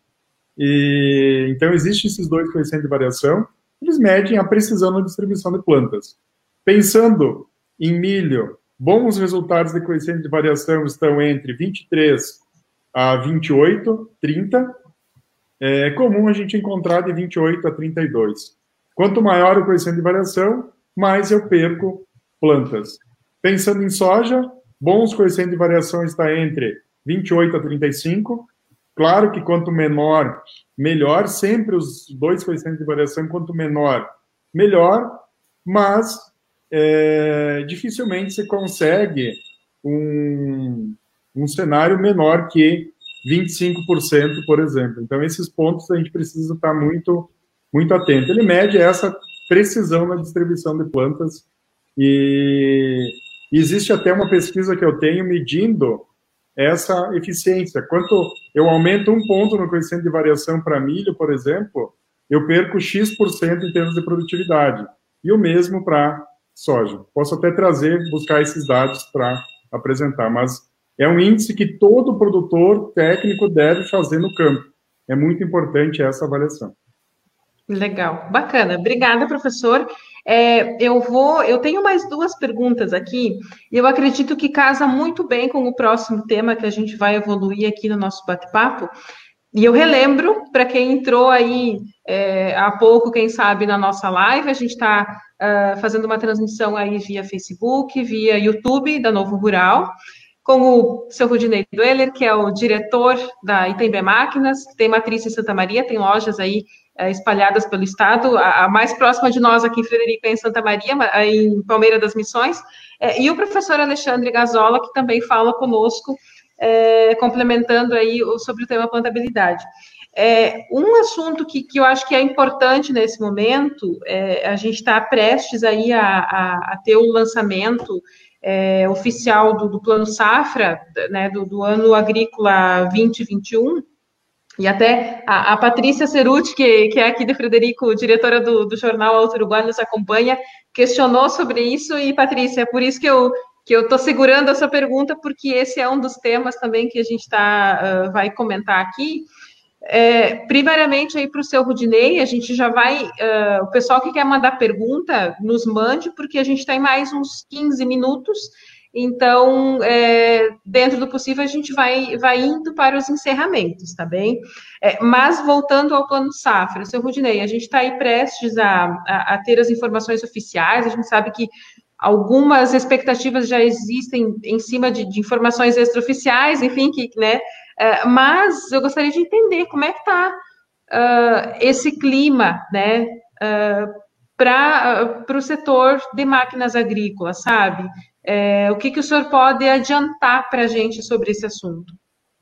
E, então, existem esses dois coeficientes de variação, eles medem a precisão na distribuição de plantas. Pensando em milho, bons resultados de coeficiente de variação estão entre vinte e três a vinte e oito, trinta. É comum a gente encontrar de vinte e oito a trinta e dois. Quanto maior o coeficiente de variação, mais eu perco plantas. Pensando em soja, bons coeficientes de variação está entre vinte e oito a trinta e cinco. Claro que quanto menor, melhor. Sempre os dois coeficientes de variação, quanto menor, melhor. Mas é, dificilmente se consegue um, um cenário menor que vinte e cinco por cento, por exemplo. Então, esses pontos a gente precisa estar muito, muito atento. Ele mede essa precisão na distribuição de plantas e existe até uma pesquisa que eu tenho medindo essa eficiência. Quanto eu aumento um ponto no coeficiente de variação para milho, por exemplo, eu perco X% em termos de produtividade. E o mesmo para soja. Posso até trazer, buscar esses dados para apresentar, mas é um índice que todo produtor técnico deve fazer no campo. É muito importante essa avaliação. Legal, bacana. Obrigada, professor. É, eu vou, eu tenho mais duas perguntas aqui, e eu acredito que casa muito bem com o próximo tema que a gente vai evoluir aqui no nosso bate-papo. E eu relembro, para quem entrou aí é, há pouco, quem sabe, na nossa live, a gente está uh, fazendo uma transmissão aí via Facebook, via YouTube da Novo Rural. com o seu Rudinei Dueller, que é o diretor da Itembé Máquinas, que tem matriz em Santa Maria, tem lojas aí é, espalhadas pelo estado, a, a mais próxima de nós aqui em Frederico é em Santa Maria, em Palmeira das Missões, é, e o professor Alexandre Gazola, que também fala conosco, é, complementando aí sobre o tema plantabilidade. É, um assunto que, que eu acho que é importante nesse momento, é, a gente está prestes aí a, a, a ter o lançamento É, oficial do, do Plano Safra, né, do, do ano agrícola vinte vinte e um, e até a, a Patrícia Ceruti, que, que é aqui de Frederico, diretora do, do jornal Alto Uruguai, nos acompanha, questionou sobre isso, e Patrícia, é por isso que eu que eu estou segurando essa pergunta, porque esse é um dos temas também que a gente tá, uh, vai comentar aqui. É, primeiramente aí para o seu Rudinei, a gente já vai, uh, o pessoal que quer mandar pergunta, nos mande, porque a gente tem mais uns quinze minutos, então, é, dentro do possível, a gente vai, vai indo para os encerramentos, tá bem? É, mas, voltando ao Plano Safra, seu Rudinei, a gente está aí prestes a, a, a ter as informações oficiais, a gente sabe que algumas expectativas já existem em cima de, de informações extraoficiais, enfim, que, né, Uh, mas eu gostaria de entender como é que está uh, esse clima, né, uh, para uh, o setor de máquinas agrícolas, sabe? Uh, o que, que o senhor pode adiantar para a gente sobre esse assunto?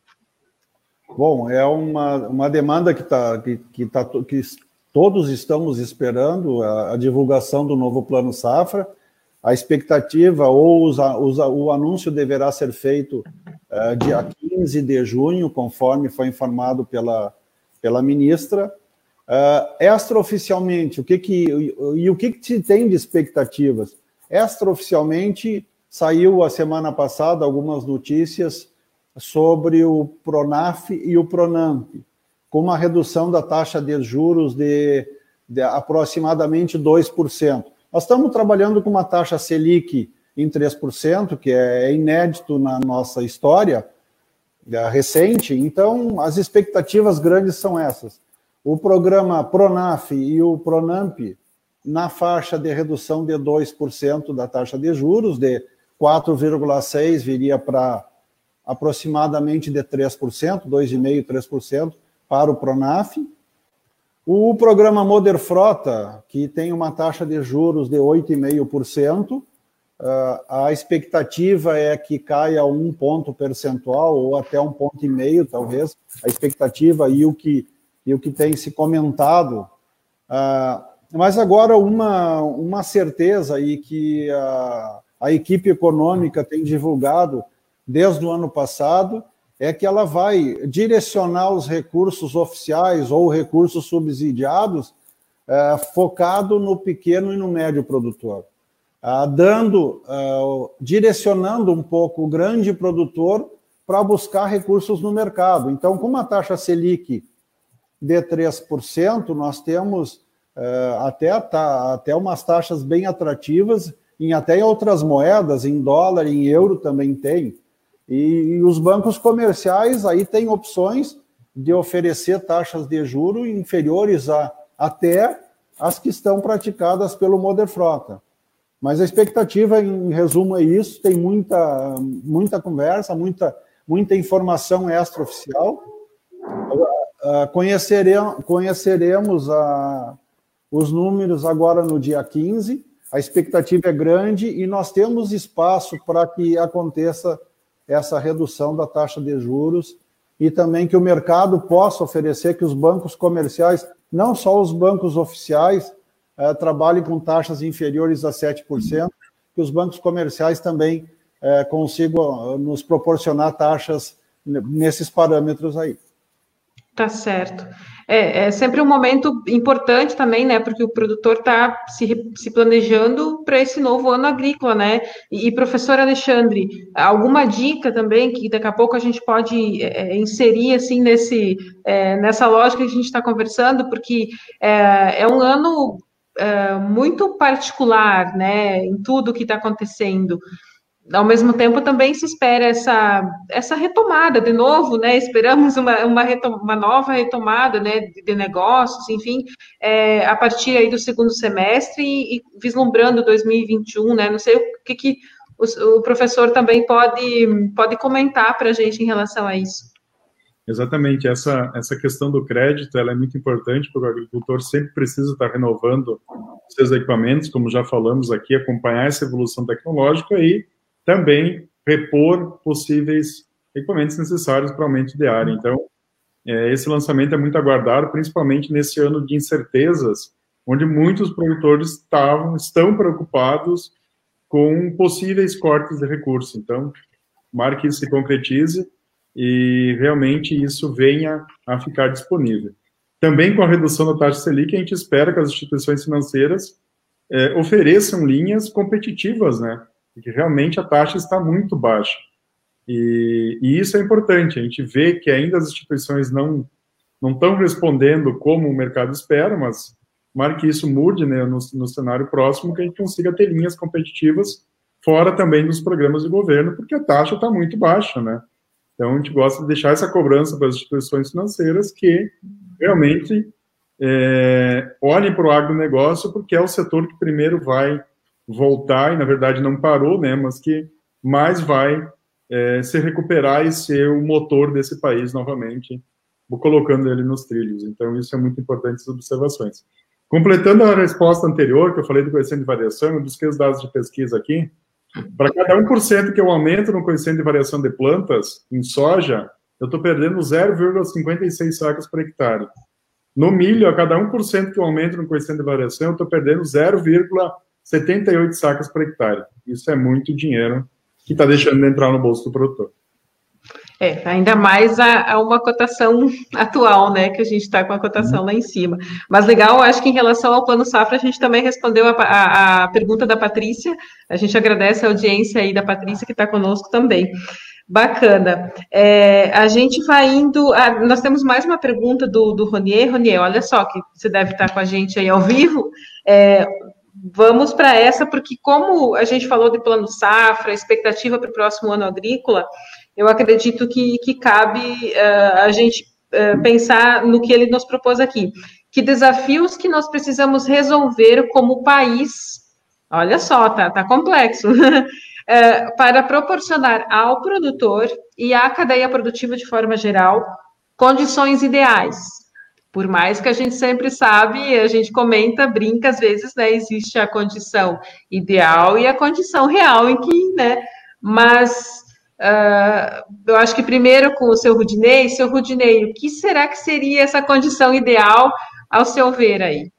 Bom, é uma, uma demanda que, tá, que, que, tá, que todos estamos esperando, a, a divulgação do novo Plano Safra. A expectativa, ou os, os, o anúncio deverá ser feito uh, dia quinze de junho, conforme foi informado pela, pela ministra. Uh, extraoficialmente, o que que, e, e o que, que se tem de expectativas? Extraoficialmente, saiu a semana passada algumas notícias sobre o Pronaf e o Pronamp, com uma redução da taxa de juros de, de aproximadamente dois por cento. Nós estamos trabalhando com uma taxa Selic em três por cento, que é inédito na nossa história é, recente, então as expectativas grandes são essas. O programa Pronaf e o Pronamp, na faixa de redução de dois por cento da taxa de juros, de quatro vírgula seis por cento viria para aproximadamente de três por cento, dois vírgula cinco por cento, três por cento para o Pronaf. O programa Moder Frota, que tem uma taxa de juros de oito vírgula cinco por cento, a expectativa é que caia um ponto percentual ou até um ponto e meio, talvez, a expectativa e o que, e o que tem se comentado. Mas agora uma, uma certeza aí que a, a equipe econômica tem divulgado desde o ano passado, é que ela vai direcionar os recursos oficiais ou recursos subsidiados é, focado no pequeno e no médio produtor, ah, dando, ah, direcionando um pouco o grande produtor para buscar recursos no mercado. Então, com uma taxa Selic de três por cento, nós temos é, até, tá, até umas taxas bem atrativas, em, até em outras moedas, em dólar, em euro também tem. E os bancos comerciais aí têm opções de oferecer taxas de juro inferiores a até as que estão praticadas pelo Moder Frota. Mas a expectativa, em resumo, é isso. Tem muita, muita conversa, muita, muita informação extraoficial. Conheceremos, conheceremos a, os números agora no dia quinze. A expectativa é grande e nós temos espaço para que aconteça essa redução da taxa de juros e também que o mercado possa oferecer que os bancos comerciais, não só os bancos oficiais, eh, trabalhem com taxas inferiores a sete por cento, que os bancos comerciais também eh, consigam nos proporcionar taxas nesses parâmetros aí. Tá certo. É, é sempre um momento importante também, né? Porque o produtor está se, se planejando para esse novo ano agrícola, né? E, e, professor Alexandre, alguma dica também que daqui a pouco a gente pode é, inserir assim nesse, é, nessa lógica que a gente está conversando, porque é, é um ano é, muito particular, né? Em tudo que está acontecendo. Ao mesmo tempo, também se espera essa, essa retomada, de novo, né? Esperamos uma, uma, retom uma nova retomada, né, de, de negócios, enfim, é, a partir aí do segundo semestre e, e vislumbrando dois mil e vinte e um, né? Não sei o que, que o, o professor também pode, pode comentar para a gente em relação a isso. Exatamente, essa, essa questão do crédito, ela é muito importante, porque o agricultor sempre precisa estar renovando seus equipamentos, como já falamos aqui, acompanhar essa evolução tecnológica e também repor possíveis equipamentos necessários para aumento de área. Então, é, esse lançamento é muito aguardado, principalmente nesse ano de incertezas, onde muitos produtores estavam, estão preocupados com possíveis cortes de recursos. Então, tomara que isso se concretize e realmente isso venha a ficar disponível. Também com a redução da taxa Selic, a gente espera que as instituições financeiras é, ofereçam linhas competitivas, né? Porque realmente a taxa está muito baixa. E, e isso é importante, a gente vê que ainda as instituições não, não estão respondendo como o mercado espera, mas tomara que isso mude, né, no, no cenário próximo, que a gente consiga ter linhas competitivas fora também dos programas de governo, porque a taxa está muito baixa, né? Então, a gente gosta de deixar essa cobrança para as instituições financeiras que realmente é, olhem para o agronegócio, porque é o setor que primeiro vai voltar, e na verdade não parou, né, mas que mais vai é, se recuperar e ser o motor desse país novamente, colocando ele nos trilhos. Então, isso é muito importante, essas observações. Completando a resposta anterior, que eu falei do coeficiente de variação, eu busquei os dados de pesquisa aqui. Para cada um por cento que eu aumento no coeficiente de variação de plantas em soja, eu estou perdendo zero vírgula cinquenta e seis sacas por hectare. No milho, a cada um por cento que eu aumento no coeficiente de variação, eu estou perdendo zero vírgula setenta e oito sacas por hectare. Isso é muito dinheiro que está deixando de entrar no bolso do produtor. É, ainda mais a, a uma cotação atual, né, que a gente está com a cotação lá em cima. Mas legal, acho que em relação ao Plano Safra, a gente também respondeu a, a, a pergunta da Patrícia, a gente agradece a audiência aí da Patrícia, que está conosco também. Bacana. É, a gente vai indo, a, nós temos mais uma pergunta do, do Ronier. Ronier, olha só, que você deve estar com a gente aí ao vivo, é, vamos para essa, porque como a gente falou de Plano Safra, expectativa para o próximo ano agrícola, eu acredito que, que cabe uh, a gente uh, pensar no que ele nos propôs aqui. Que desafios que nós precisamos resolver como país, olha só, tá, tá complexo, uh, para proporcionar ao produtor e à cadeia produtiva de forma geral condições ideais. Por mais que a gente sempre sabe, a gente comenta, brinca, às vezes, né, existe a condição ideal e a condição real em que, né, mas... Uh, eu acho que primeiro com o seu Rudinei, seu Rudinei, o que será que seria essa condição ideal ao seu ver aí?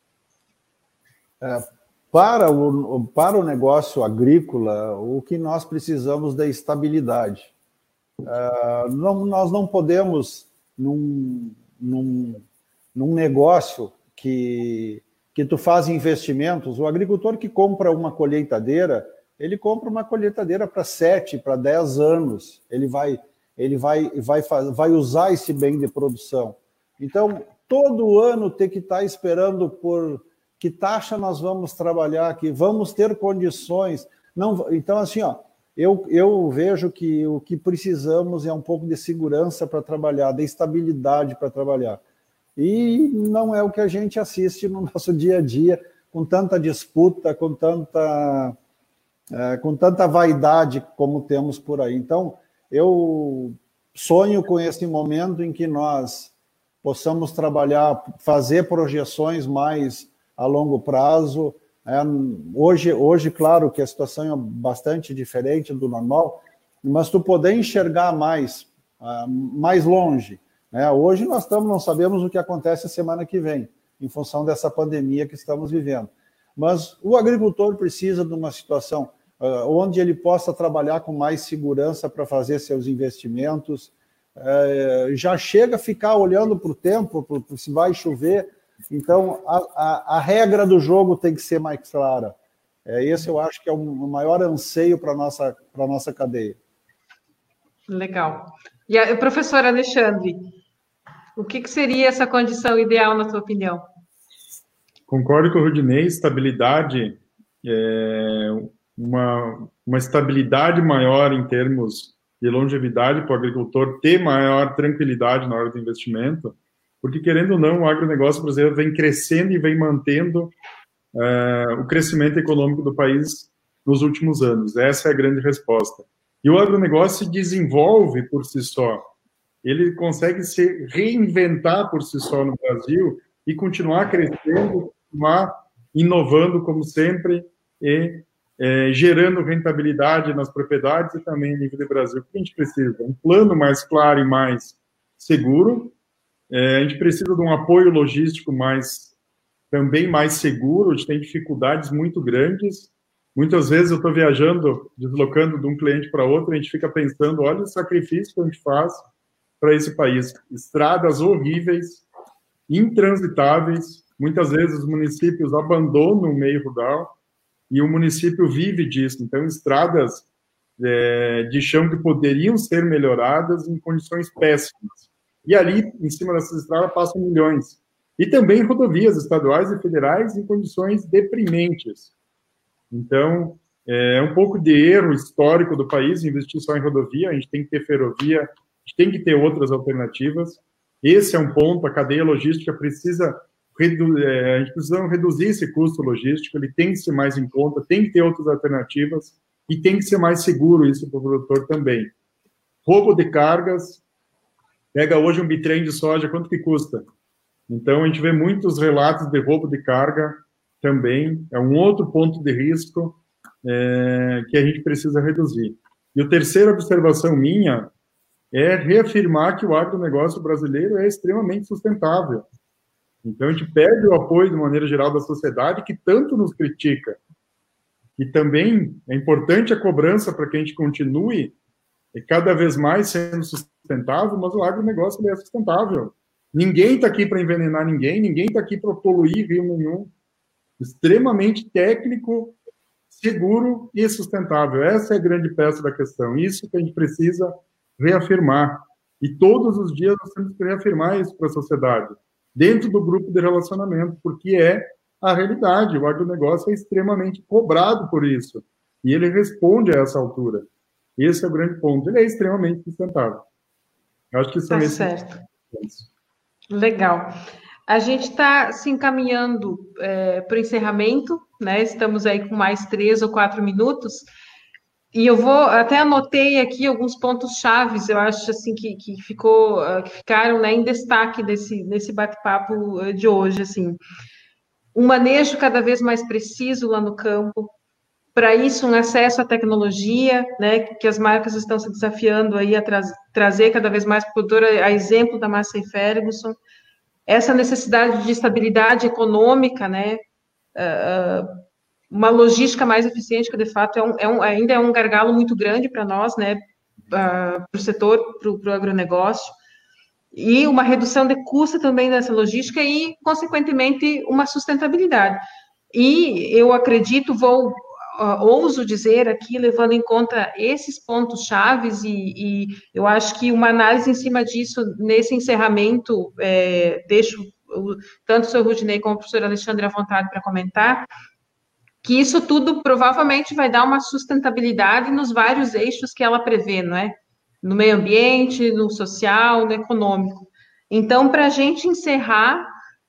É, para, o, para o negócio agrícola, o que nós precisamos da estabilidade. Uh, não, nós não podemos, num, num, num negócio que, que tu faz investimentos, o agricultor que compra uma colheitadeira, ele compra uma colheitadeira para sete, para dez anos. Ele vai, ele vai, vai, vai usar esse bem de produção. Então, todo ano ter que estar esperando por que taxa nós vamos trabalhar, que vamos ter condições. Não, então, assim, ó, eu, eu vejo que o que precisamos é um pouco de segurança para trabalhar, de estabilidade para trabalhar. E não é o que a gente assiste no nosso dia a dia, com tanta disputa, com tanta... É, com tanta vaidade como temos por aí. Então, eu sonho com esse momento em que nós possamos trabalhar, fazer projeções mais a longo prazo. É, hoje, hoje, claro que a situação é bastante diferente do normal, mas tu poder enxergar mais, uh, mais longe. Né? Hoje nós estamos, não sabemos o que acontece a semana que vem, em função dessa pandemia que estamos vivendo. Mas o agricultor precisa de uma situação uh, onde ele possa trabalhar com mais segurança para fazer seus investimentos. Uh, já chega a ficar olhando para o tempo, pro, pro, se vai chover. Então, a, a, a regra do jogo tem que ser mais clara. É, esse eu acho que é o maior anseio para a nossa, para nossa cadeia. Legal. E a professora Alexandre, o que, que seria essa condição ideal, na tua opinião? Concordo com o Rudinei, estabilidade, é, uma, uma estabilidade maior em termos de longevidade para o agricultor ter maior tranquilidade na hora do investimento, porque, querendo ou não, o agronegócio brasileiro vem crescendo e vem mantendo é, o crescimento econômico do país nos últimos anos. Essa é a grande resposta. E o agronegócio se desenvolve por si só. Ele consegue se reinventar por si só no Brasil e continuar crescendo, continuar inovando como sempre e é, gerando rentabilidade nas propriedades e também no nível do Brasil. O que a gente precisa? Um plano mais claro e mais seguro. É, a gente precisa de um apoio logístico mais, também mais seguro. A gente tem dificuldades muito grandes. Muitas vezes eu estou viajando, deslocando de um cliente para outro, a gente fica pensando, olha o sacrifício que a gente faz para esse país. Estradas horríveis, intransitáveis, muitas vezes os municípios abandonam o meio rural e o município vive disso. Então, estradas é, de chão que poderiam ser melhoradas em condições péssimas. E ali, em cima dessas estradas, passam milhões. E também rodovias estaduais e federais em condições deprimentes. Então, é um pouco de erro histórico do país investir só em rodovia. A gente tem que ter ferrovia, a gente tem que ter outras alternativas. Esse é um ponto, a cadeia logística precisa, redu é, a gente precisa reduzir esse custo logístico, ele tem que ser mais em conta, tem que ter outras alternativas e tem que ser mais seguro isso para o produtor também. Roubo de cargas, pega hoje um bitrem de soja, quanto que custa? Então, a gente vê muitos relatos de roubo de carga também, é um outro ponto de risco é, que a gente precisa reduzir. E a terceira observação minha é reafirmar que o agronegócio brasileiro é extremamente sustentável. Então, a gente pede o apoio, de maneira geral, da sociedade, que tanto nos critica. E também é importante a cobrança para que a gente continue cada vez mais sendo sustentável, mas o agronegócio ele é sustentável. Ninguém está aqui para envenenar ninguém, ninguém está aqui para poluir rio nenhum. Extremamente técnico, seguro e sustentável. Essa é a grande peça da questão. Isso que a gente precisa reafirmar. E todos os dias nós temos que reafirmar isso para a sociedade, dentro do grupo de relacionamento, porque é a realidade. O agronegócio é extremamente cobrado por isso. E ele responde a essa altura. Esse é o grande ponto. Ele é extremamente sustentável. Eu acho que isso tá é certo. Legal. A gente está se encaminhando é, para o encerramento, né? Estamos aí com mais três ou quatro minutos. E eu vou, até anotei aqui alguns pontos chaves, eu acho assim que, que, ficou, que ficaram, né, em destaque desse, nesse bate-papo de hoje, assim. Um manejo cada vez mais preciso lá no campo, para isso um acesso à tecnologia, né, que as marcas estão se desafiando aí a tra trazer cada vez mais produtora, a exemplo da Massey Ferguson, essa necessidade de estabilidade econômica, né, uh, uma logística mais eficiente, que de fato é um, é um, ainda é um gargalo muito grande para nós, né, uh, para o setor, para o agronegócio, e uma redução de custo também dessa logística e, consequentemente, uma sustentabilidade. E eu acredito, vou, uh, ouso dizer aqui, levando em conta esses pontos chaves, e, e eu acho que uma análise em cima disso, nesse encerramento, é, deixo o, tanto o senhor Rudinei como o professor Alexandre à vontade para comentar, que isso tudo provavelmente vai dar uma sustentabilidade nos vários eixos que ela prevê, não é? No meio ambiente, no social, no econômico. Então, para a gente encerrar,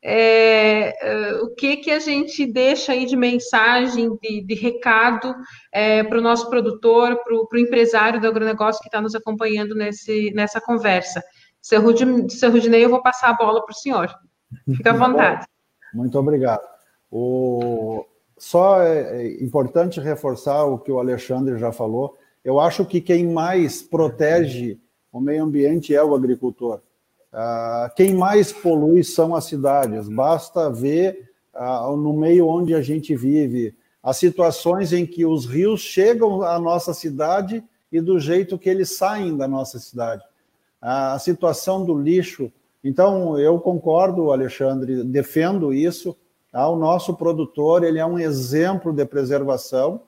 é, é, o que, que a gente deixa aí de mensagem, de, de recado é, para o nosso produtor, para o empresário do agronegócio que está nos acompanhando nesse, nessa conversa? Seu Rudinei, eu vou passar a bola para o senhor. Fica à vontade. Muito obrigado. O... Só é importante reforçar o que o Alexandre já falou. Eu acho que quem mais protege o meio ambiente é o agricultor. Quem mais polui são as cidades. Basta ver no meio onde a gente vive as situações em que os rios chegam à nossa cidade e do jeito que eles saem da nossa cidade. A situação do lixo. Então, eu concordo, Alexandre, defendo isso. O nosso produtor, ele é um exemplo de preservação,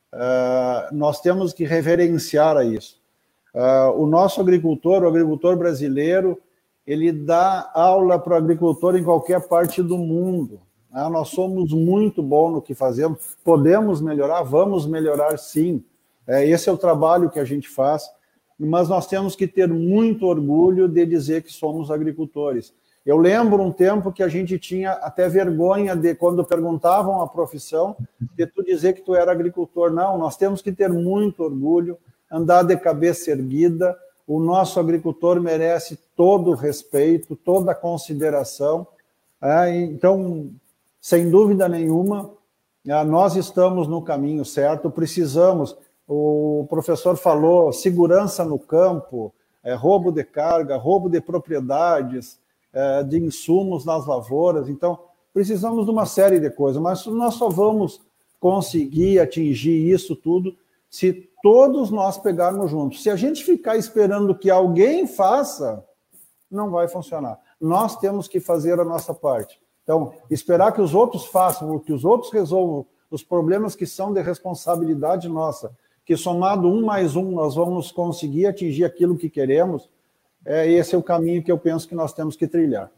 uh, nós temos que reverenciar a isso. Uh, o nosso agricultor, o agricultor brasileiro, ele dá aula para o agricultor em qualquer parte do mundo. Uh, nós somos muito bons no que fazemos, podemos melhorar, vamos melhorar sim. Uh, esse é o trabalho que a gente faz, mas nós temos que ter muito orgulho de dizer que somos agricultores. Eu lembro um tempo que a gente tinha até vergonha de, quando perguntavam a profissão, de tu dizer que tu era agricultor. Não, nós temos que ter muito orgulho, andar de cabeça erguida. O nosso agricultor merece todo o respeito, toda a consideração. É, então, sem dúvida nenhuma, nós estamos no caminho certo, precisamos. O professor falou segurança no campo, é, roubo de carga, roubo de propriedades, é, de insumos nas lavouras. Então, precisamos de uma série de coisas, mas nós só vamos conseguir atingir isso tudo se todos nós pegarmos juntos. Se a gente ficar esperando que alguém faça, não vai funcionar. Nós temos que fazer a nossa parte. Então, esperar que os outros façam, que os outros resolvam os problemas que são de responsabilidade nossa, que somado um mais um nós vamos conseguir atingir aquilo que queremos, é, esse é o caminho que eu penso que nós temos que trilhar.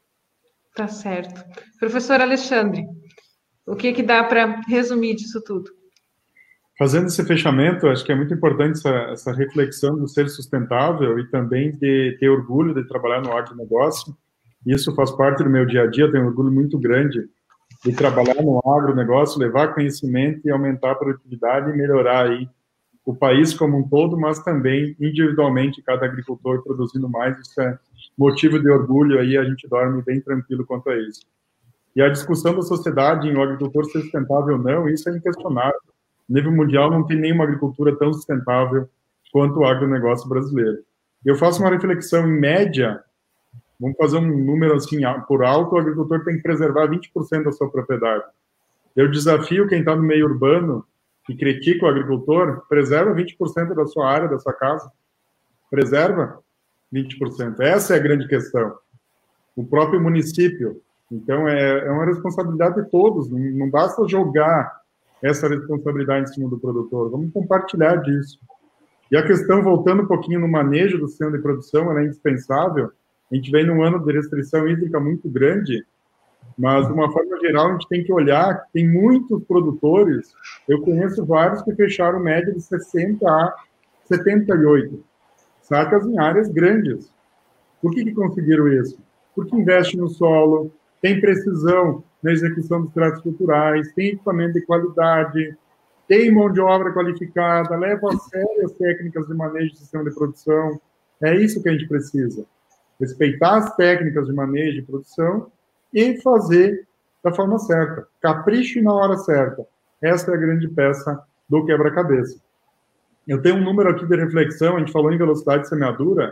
Tá certo. Professor Alexandre, o que, que dá para resumir disso tudo? Fazendo esse fechamento, acho que é muito importante essa, essa reflexão do ser sustentável e também de ter orgulho de trabalhar no agronegócio. Isso faz parte do meu dia a dia, eu tenho um orgulho muito grande de trabalhar no agronegócio, levar conhecimento e aumentar a produtividade e melhorar aí o país como um todo, mas também individualmente cada agricultor produzindo mais. Isso é motivo de orgulho, aí a gente dorme bem tranquilo quanto a isso. E a discussão da sociedade em o agricultor ser sustentável ou não, isso é inquestionável. No nível mundial não tem nenhuma agricultura tão sustentável quanto o agronegócio brasileiro. Eu faço uma reflexão, em média, vamos fazer um número assim, por alto, o agricultor tem que preservar vinte por cento da sua propriedade. Eu desafio quem está no meio urbano e critica o agricultor, preserva vinte por cento da sua área, da sua casa. Preserva vinte por cento. Essa é a grande questão. O próprio município. Então, é, é uma responsabilidade de todos. Não, não basta jogar essa responsabilidade em cima do produtor. Vamos compartilhar disso. E a questão, voltando um pouquinho no manejo do sistema de produção, ela é indispensável. A gente vem num ano de restrição hídrica muito grande, mas, de uma forma geral, a gente tem que olhar que tem muitos produtores, eu conheço vários que fecharam média de sessenta a setenta e oito sacas em áreas grandes. Por que que conseguiram isso? Porque investe no solo, tem precisão na execução dos tratos culturais, tem equipamento de qualidade, tem mão de obra qualificada, leva a sério as técnicas de manejo do sistema de produção. É isso que a gente precisa. Respeitar as técnicas de manejo e produção e fazer da forma certa. Capricho na hora certa. Essa é a grande peça do quebra-cabeça. Eu tenho um número aqui de reflexão, a gente falou em velocidade de semeadura,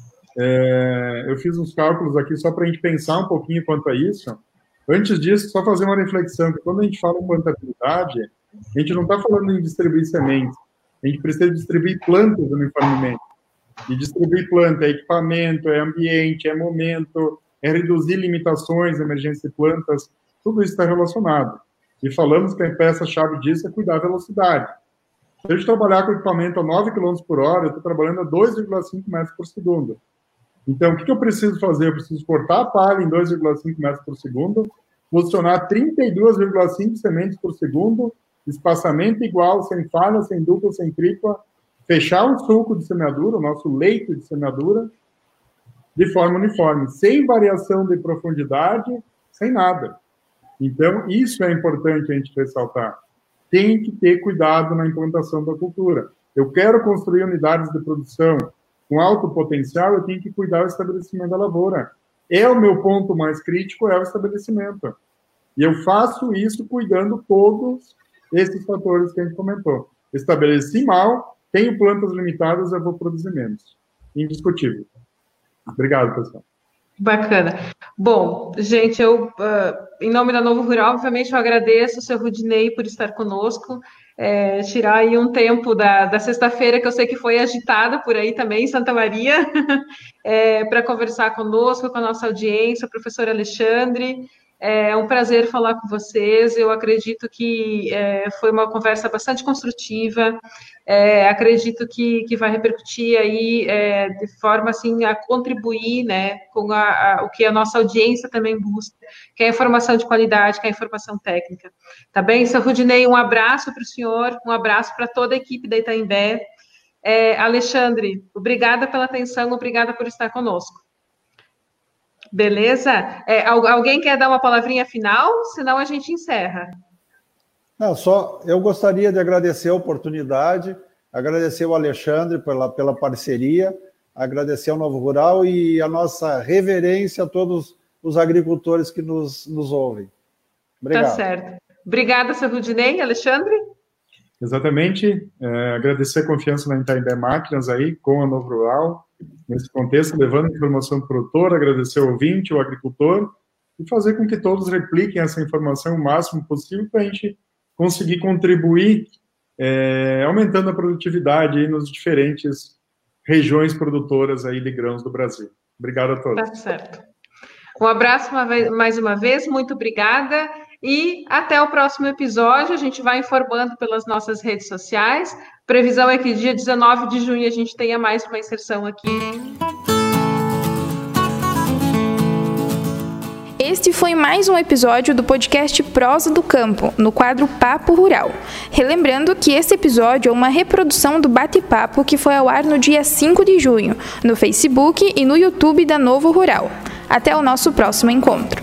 é, eu fiz uns cálculos aqui só para a gente pensar um pouquinho quanto a isso. Antes disso, só fazer uma reflexão, que quando a gente fala em plantabilidade, a gente não está falando em distribuir sementes, a gente precisa distribuir plantas uniformemente. E distribuir planta é equipamento, é ambiente, é momento, é reduzir limitações, emergência de plantas, tudo isso está relacionado. E falamos que a peça-chave disso é cuidar da velocidade. Se eu trabalhar com equipamento a nove quilômetros por hora, eu estou trabalhando a dois vírgula cinco metros por segundo. Então, o que eu preciso fazer? Eu preciso cortar a palha em dois vírgula cinco metros por segundo, posicionar trinta e dois vírgula cinco sementes por segundo, espaçamento igual, sem falha, sem dupla, sem tripla, fechar o sulco de semeadura, o nosso leito de semeadura, de forma uniforme, sem variação de profundidade, sem nada. Então, isso é importante a gente ressaltar. Tem que ter cuidado na implantação da cultura. Eu quero construir unidades de produção com alto potencial, eu tenho que cuidar do estabelecimento da lavoura. É o meu ponto mais crítico, é o estabelecimento. E eu faço isso cuidando todos esses fatores que a gente comentou. Estabeleci mal, tenho plantas limitadas, eu vou produzir menos. Indiscutível. Obrigado, pessoal. Bacana. Bom, gente, eu, uh, em nome da Novo Rural, obviamente eu agradeço o seu Rudinei por estar conosco, é, tirar aí um tempo da, da sexta-feira, que eu sei que foi agitada por aí também, em Santa Maria, é, para conversar conosco, com a nossa audiência, o professor Alexandre. É um prazer falar com vocês. Eu acredito que é, foi uma conversa bastante construtiva. É, acredito que, que vai repercutir aí é, de forma assim a contribuir, né, com a, a, o que a nossa audiência também busca, que é a informação de qualidade, que é a informação técnica. Tá bem? Seu Rudinei, um abraço para o senhor, um abraço para toda a equipe da Itaimbé. É, Alexandre, obrigada pela atenção, obrigada por estar conosco. Beleza? É, alguém quer dar uma palavrinha final? Senão a gente encerra. Não, só eu gostaria de agradecer a oportunidade, agradecer ao Alexandre pela, pela parceria, agradecer ao Novo Rural e a nossa reverência a todos os agricultores que nos, nos ouvem. Obrigado. Tá certo. Obrigada, seu Rudinei. Alexandre? Exatamente. É, agradecer a confiança na Itaimbé Máquinas aí, com a Novo Rural, nesse contexto, levando informação para o produtor, agradecer ao ouvinte, ao agricultor, e fazer com que todos repliquem essa informação o máximo possível para a gente conseguir contribuir, é, aumentando a produtividade aí nos diferentes regiões produtoras aí de grãos do Brasil. Obrigado a todos. Tá certo. Um abraço uma vez, mais uma vez, muito obrigada, e até o próximo episódio. A gente vai informando pelas nossas redes sociais. Previsão é que dia dezenove de junho a gente tenha mais uma inserção aqui. Este foi mais um episódio do podcast Prosa do Campo, no quadro Papo Rural. Relembrando que esse episódio é uma reprodução do bate-papo que foi ao ar no dia cinco de junho, no Facebook e no YouTube da Novo Rural. Até o nosso próximo encontro.